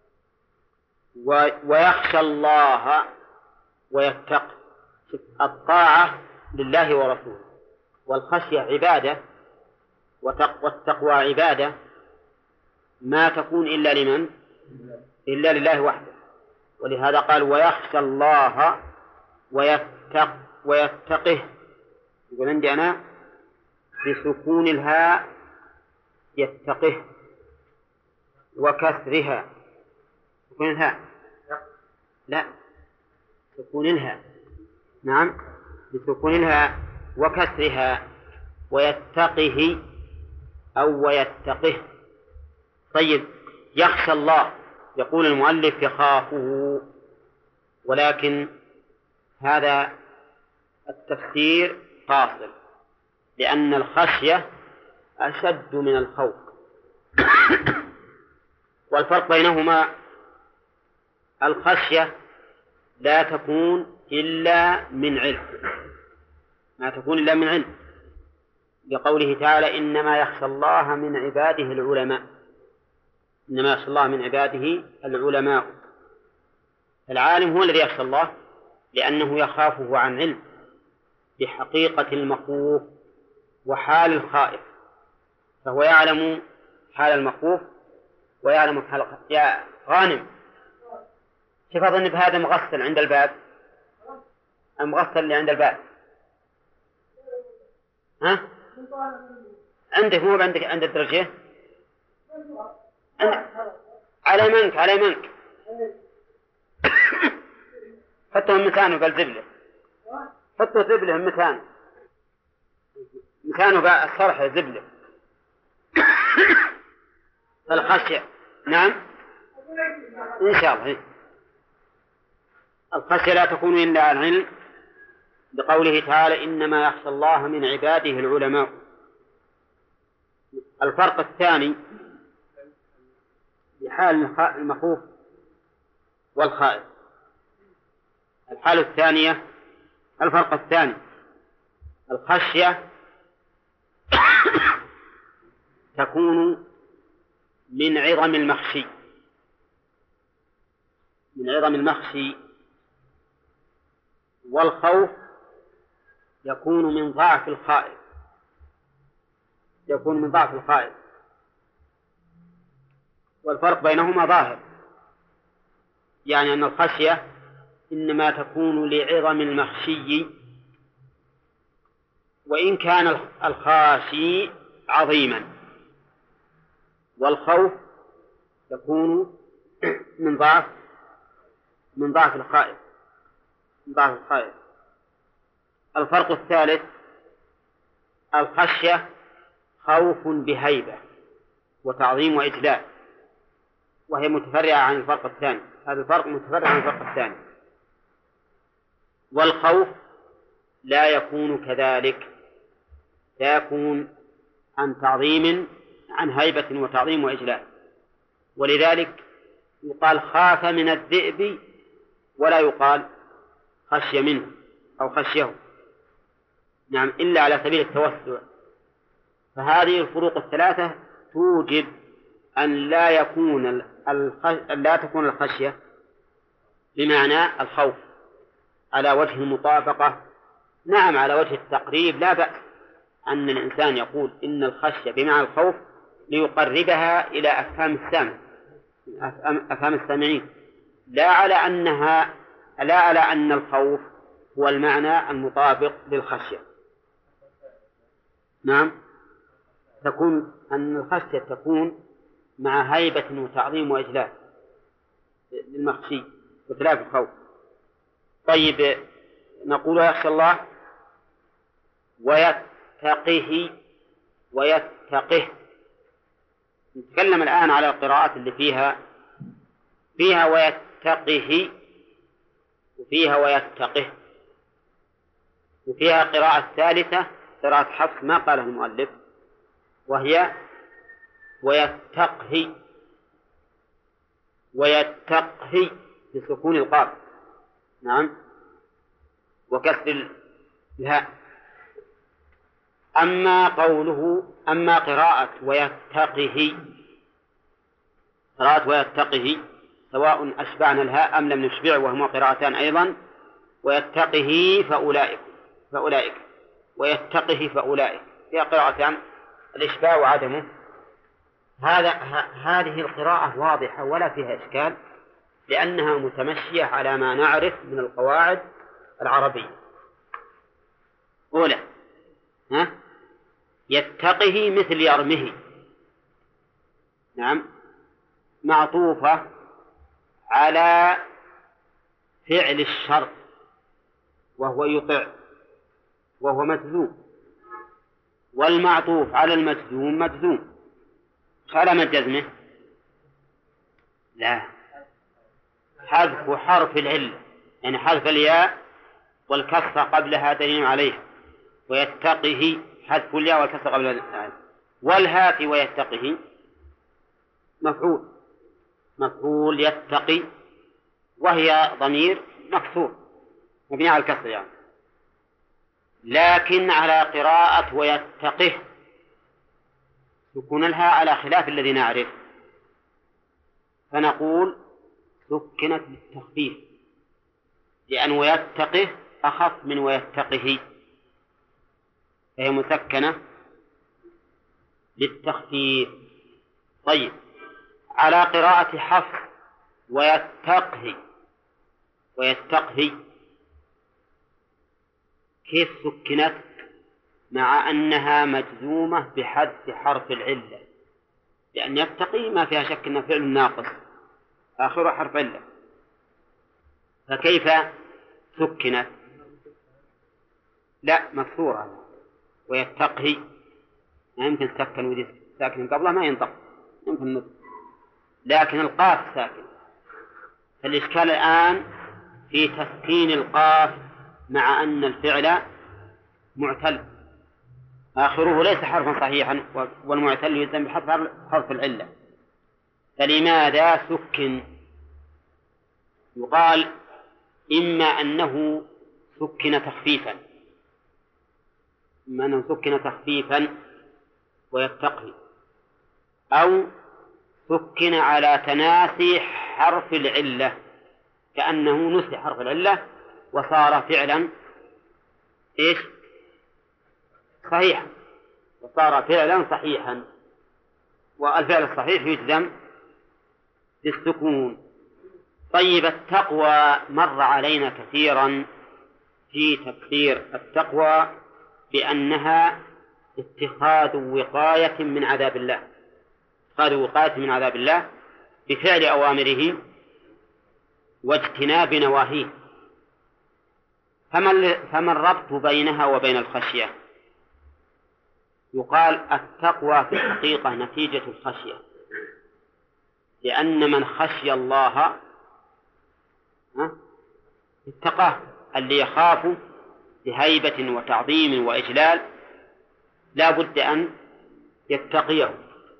ويخشى الله ويتق. الطاعة لله ورسوله، والخشية عبادة، والتقوى عبادة ما تكون إلا لمن؟ إلا لله وحده. ولهذا قال ويخشى الله ويتقه. يقول عندي أنا بسكون الهاء يتقه وكسرها. سكون الهاء لا، سكون الهاء. نعم، بسكون الهاء وكسرها ويتقه أو ويتقه. طيب، يخشى الله، يقول المؤلف يخافه، ولكن هذا التفسير قاصر، لأن الخشية أشد من الخوف. والفرق بينهما الخشية لا تكون إلا من علم، ما تكون إلا من علم، لقوله تعالى إنما يخشى الله من عباده العلماء. إنما يخشى الله من عباده العلماء. العالم هو الذي يخشى الله لأنه يخافه عن علم بحقيقة المخوف وحال الخائف، فهو يعلم حال المخوف ويعلم حال الخائف. يا غانم، كيف أظن بهذا مغسل عند الباب؟ المغسل اللي عند الباب، ها؟ عندك مو عندك عند الدرجة؟ على منك، على منك. حطه من مكانه، قال زبله، حطه زبله من مكانه، مكانه بقى الصرح زبله. الخشية، نعم إن شاء الله. الخشية لا تكون إلا عن علم، بقوله تعالى إنما يخشى الله من عباده العلماء. الفرق الثاني بحال المخوف والخائف. الحالة الثانية، الفرق الثاني، الخشية تكون من عظم المخشي، من عظم المخشي، والخوف يكون من ضعف الخائف، يكون من ضعف الخائف. والفرق بينهما ظاهر، يعني أن الخشية إنما تكون لعظم المخشي، وإن كان الخاشي عظيما، والخوف يكون من ضعف الخائف، من ضعف الخائف. الفرق الثالث، الخشية خوف بهيبة وتعظيم وإجلال، وهي متفرعة عن الفرق الثاني. هذا الفرق متفرع عن الفرق الثاني. والخوف لا يكون كذلك، لا يكون عن تعظيم، عن هيبة وتعظيم وإجلال. ولذلك يقال خاف من الذئب ولا يقال خشي منه أو خشيه، نعم، إلا على سبيل التوسع. فهذه الفروق الثلاثة توجب أن لا تكون الخشية بمعنى الخوف على وجه المطابقة. نعم، على وجه التقريب لا بأس أن الإنسان يقول إن الخشية بمعنى الخوف ليقربها إلى أفهام السامعين، لا على أن الخوف هو المعنى المطابق للخشية. نعم، تكون أن الخشية تكون مع هيبة وتعظيم وإجلال للمخشي وخلاف الخوف. طيب، نقول يخشى الله ويتقه ويتقه. نتكلم الآن على القراءات اللي فيها ويتقه وفيها ويتقه، وفيها قراءة ثالثة قراءة حفص ما قاله المؤلف، وهي ويتقه ويتقه بسكون القاف، نعم، وكسر الهاء. أما قراءة ويتقه سواء أشبعنا الهاء أم لم نشبع، وهما قراءتان أيضا، ويتقه فأولئك ويتقه فأولئك، هي قراءتان الإشباع وعدمه. هذه القراءة واضحة ولا فيها إشكال، لأنها متمشية على ما نعرف من القواعد العربية. أولى يتقه مثل يرمه، نعم، معطوفة على فعل الشرط وهو يطع وهو مجزوم، والمعطوف على المجزوم مجزوم. علامة جزمه لا، حذف حرف العلة، يعني حذف الياء والكسر قبلها دليل عليه، ويتقه حذف الياء والكسر قبلها، والهاء في ويتقه مفعول يتقي، وهي ضمير مكسور مبني على الكسر يعني. لكن على قراءة ويتقه سكون الهاء على خلاف الذي نعرف، فنقول سكنت للتخفيف، لأن ويتقه أخف من ويتقه، فهي مسكنة للتخفيف. طيب، على قراءة حفص ويتقه كيف سكنت مع أنها مجزومة بحذف حرف العلة؟ لأن يتقي ما فيها شك أنه فعل ناقص آخر حرف علة، فكيف سكنت؟ لا، مكسورة. ويتقي ما يمكن سكن ودي ساكن قبله ما ينطق، يمكن نطق، لكن القاف ساكن. فالإشكال الآن في تسكين القاف مع أن الفعل معتل آخره ليس حرفا صحيحا، والمعتل يلزم بحذف حرف العلة، فلماذا سكن؟ يقال إما أنه سكن تخفيفا ويتقي، أو سكن على تناسي حرف العلة، كأنه نسي حرف العلة وصار فعلا صحيحا، والفعل الصحيح يجزم بالسكون. طيب، التقوى مر علينا كثيرا في تفسير التقوى بأنها اتخاذ وقاية من عذاب الله بفعل أوامره واجتناب نواهيه. فما الربط بينها وبين الخشية؟ يقال التقوى في الحقيقة نتيجة الخشية، لأن من خشي الله اتقاه. اللي يخاف بهيبة وتعظيم وإجلال لا بد أن يتقيه.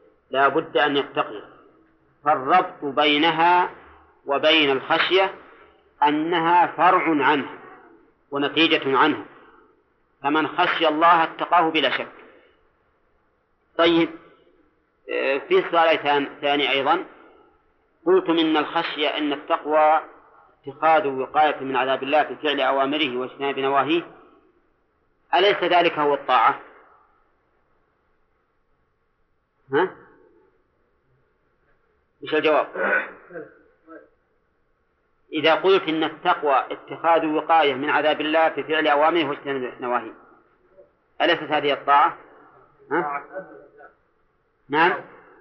فالربط بينها وبين الخشية أنها فرع عنها ونتيجة عنها، فمن خشي الله اتقاه بلا شك. طيب، في سؤال ثاني أيضا، قلتم إن الخشية إن التقوى اتخاذ وقاية من عذاب الله في فعل أوامره واجتناب نواهيه، أليس ذلك هو الطاعة؟ مش الجواب؟ إذا قلت إن التقوى اتخاذ وقاية من عذاب الله في فعل أوامره واجتناب نواهيه، أليست هذه الطاعة؟ ها؟ نعم.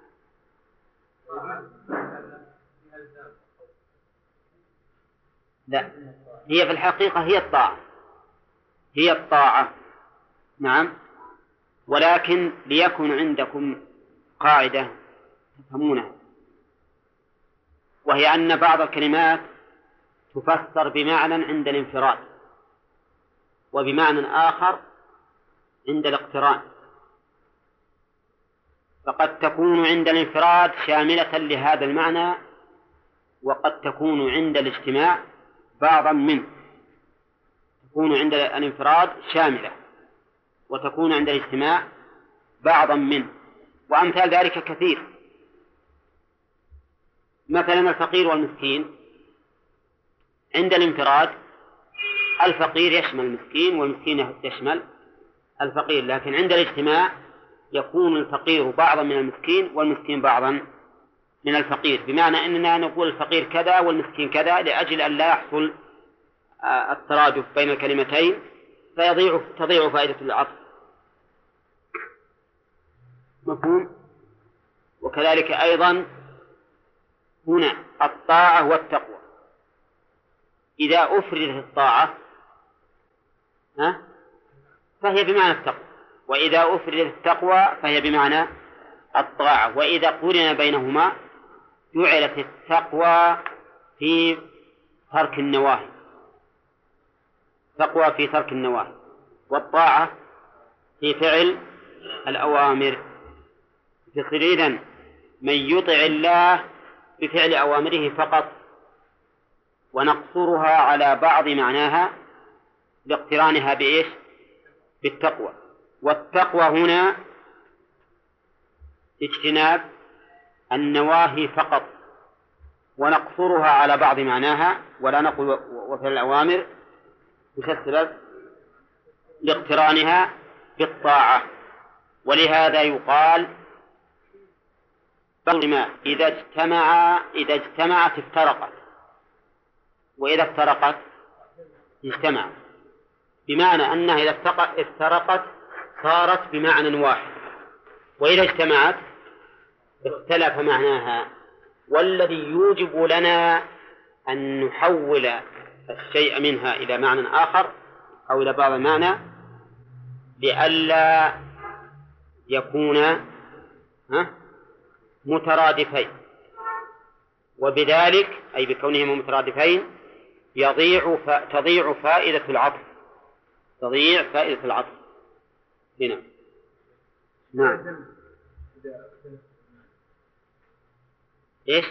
لا، هي في الحقيقة هي الطاعة. نعم. ولكن ليكن عندكم قاعدة تفهمونها، وهي أن بعض الكلمات تفسر بمعنى عند الانفراد وبمعنى آخر عند الاقتران، فقد تكون عند الانفراد شاملة لهذا المعنى، وقد تكون عند الاجتماع بعضا منه. تكون عند الانفراد شاملة وتكون عند الاجتماع بعضا منه، وأمثال ذلك كثير. مثلا الفقير والمسكين عند الانفراد الفقير يشمل المسكين والمسكين يشمل الفقير، لكن عند الاجتماع يكون الفقير بعضا من المسكين والمسكين بعضا من الفقير، بمعنى أننا نقول الفقير كذا والمسكين كذا لأجل أن لا يحصل الترادف بين الكلمتين تضيع فائدة العطف. مفهوم؟ وكذلك أيضا هنا الطاعة والتقوى، إذا أفردت الطاعة فهي بمعنى التقوى، وإذا أفردت التقوى فهي بمعنى الطاعة، وإذا قرن بينهما جعلت التقوى في ترك النواهي، تقوى في ترك النواهي، والطاعة في فعل الأوامر. يصير إذن من يطع الله بفعل أوامره فقط، ونقصرها على بعض معناها لاقترانها بإيش؟ بالتقوى. والتقوى هنا اجتناب النواهي فقط، ونقصرها على بعض معناها ولا نقول وفعل الأوامر بسبب لاقترانها بالطاعة. ولهذا يقال إذا اجتمعت افترقت، وإذا افترقت اجتمعت، بمعنى أنها إذا افترقت صارت بمعنى واحد، وإذا اجتمعت اختلف معناها. والذي يوجب لنا أن نحول الشيء منها إلى معنى آخر أو إلى بعض المعنى لئلا يكون مترادفين، وبذلك أي بكونهما مترادفين تضيع فائدة العطف، تضيع فائدة العطف هنا. نعم. إيش؟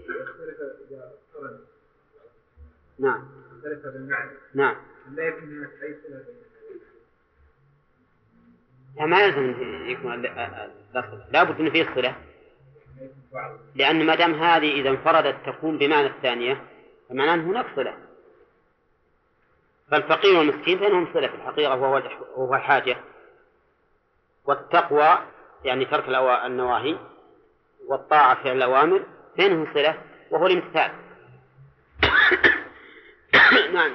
نعم. نعم. ما يلزم يكون لا بد أن فيه صلة، لأن ما دام هذه إذا انفردت تكون بمعنى الثانية فمعناه هناك صلة. فالفقير والمسكين بينهم صلة في الحقيقة وهو الحاجة، والتقوى يعني ترك النواهي، والطاعة فعل الأوامر بينهم صلة وهو الامتثال. نعم.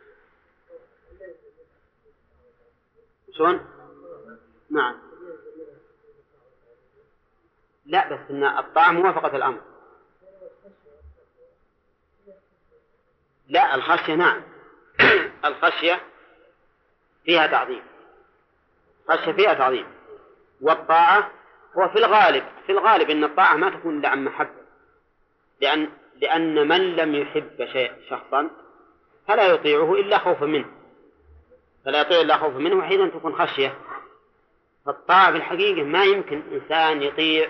شلون؟ نعم. لا، بس إن الطاعة موافقة الأمر. لا، الخشية نعم. الخشية فيها تعظيم، الخشية فيها تعظيم. والطاعة هو في الغالب إن الطاعة ما تكون إلا عن محبة، لأن من لم يحب شخصا فلا يطيعه إلا خوفا منه، فلا يطيع إلا خوفا منه، وحينئذ تكون خشية. فالطاعة في الحقيقة ما يمكن إنسان يطيع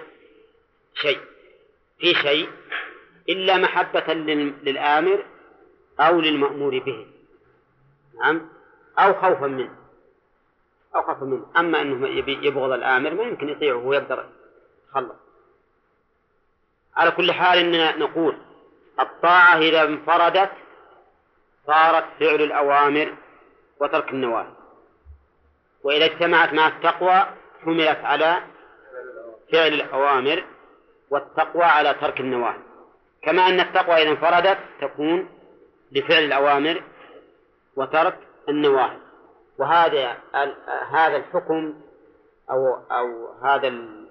شيء إلا محبة للآمر أو للمأمور به، نعم، أو خوفا منه. أما أنه يبغض الآمر ما يمكن يطيعه ويقدر يتخلص. على كل حال إننا نقول الطاعة إذا انفردت صارت فعل الأوامر وترك النواهي، وإذا اجتمعت مع التقوى حملت على فعل الأوامر والتقوى على ترك النواهي، كما أن التقوى إذا انفردت تكون لفعل الأوامر وترك النواهي. وهذا الحكم أو هذا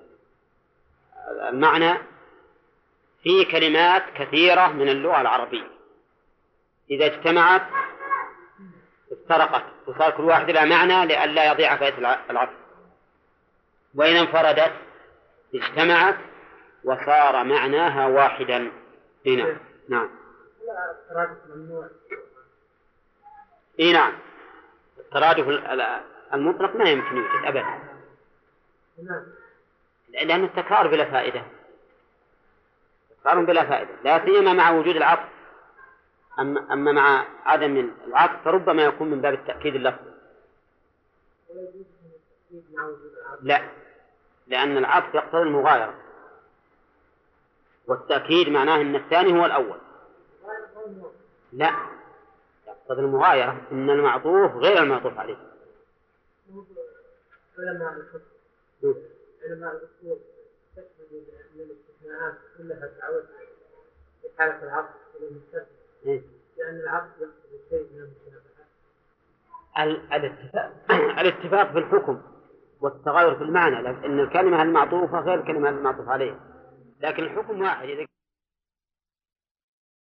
المعنى في كلمات كثيرة من اللغة العربية إذا اجتمعت افترقت وصار كل واحد لها معنى لئلا يضيع فائدة العطف، وإن انفردت اجتمعت وصار معناها واحدا. هنا نعم. إيه نعم، الترادف المطلق ما يمكن يوجد أبدا، لأن التكرار بلا فائدة، تكرار بلا فائدة، لا سيما مع وجود العطف. أما مع عدم العطف فربما يكون من باب التأكيد اللفظي. لا، لأن العطف يقتضي المغايرة، والتأكيد معناه أن الثاني هو الأول. لا، يقتضي المغايرة، إن المعطوف غير المعطوف عليه. علماء الأصول تقصد أن الاستثناءات كلها تعود في حالة العطف إلى المستثنى، لأن العطف يقصد شيء من المشابهة. الاتفاق في الحكم والتغاير في المعنى، لأن الكلمة المعطوفة غير الكلمة المعطوف عليها، لكن الحكم واحد.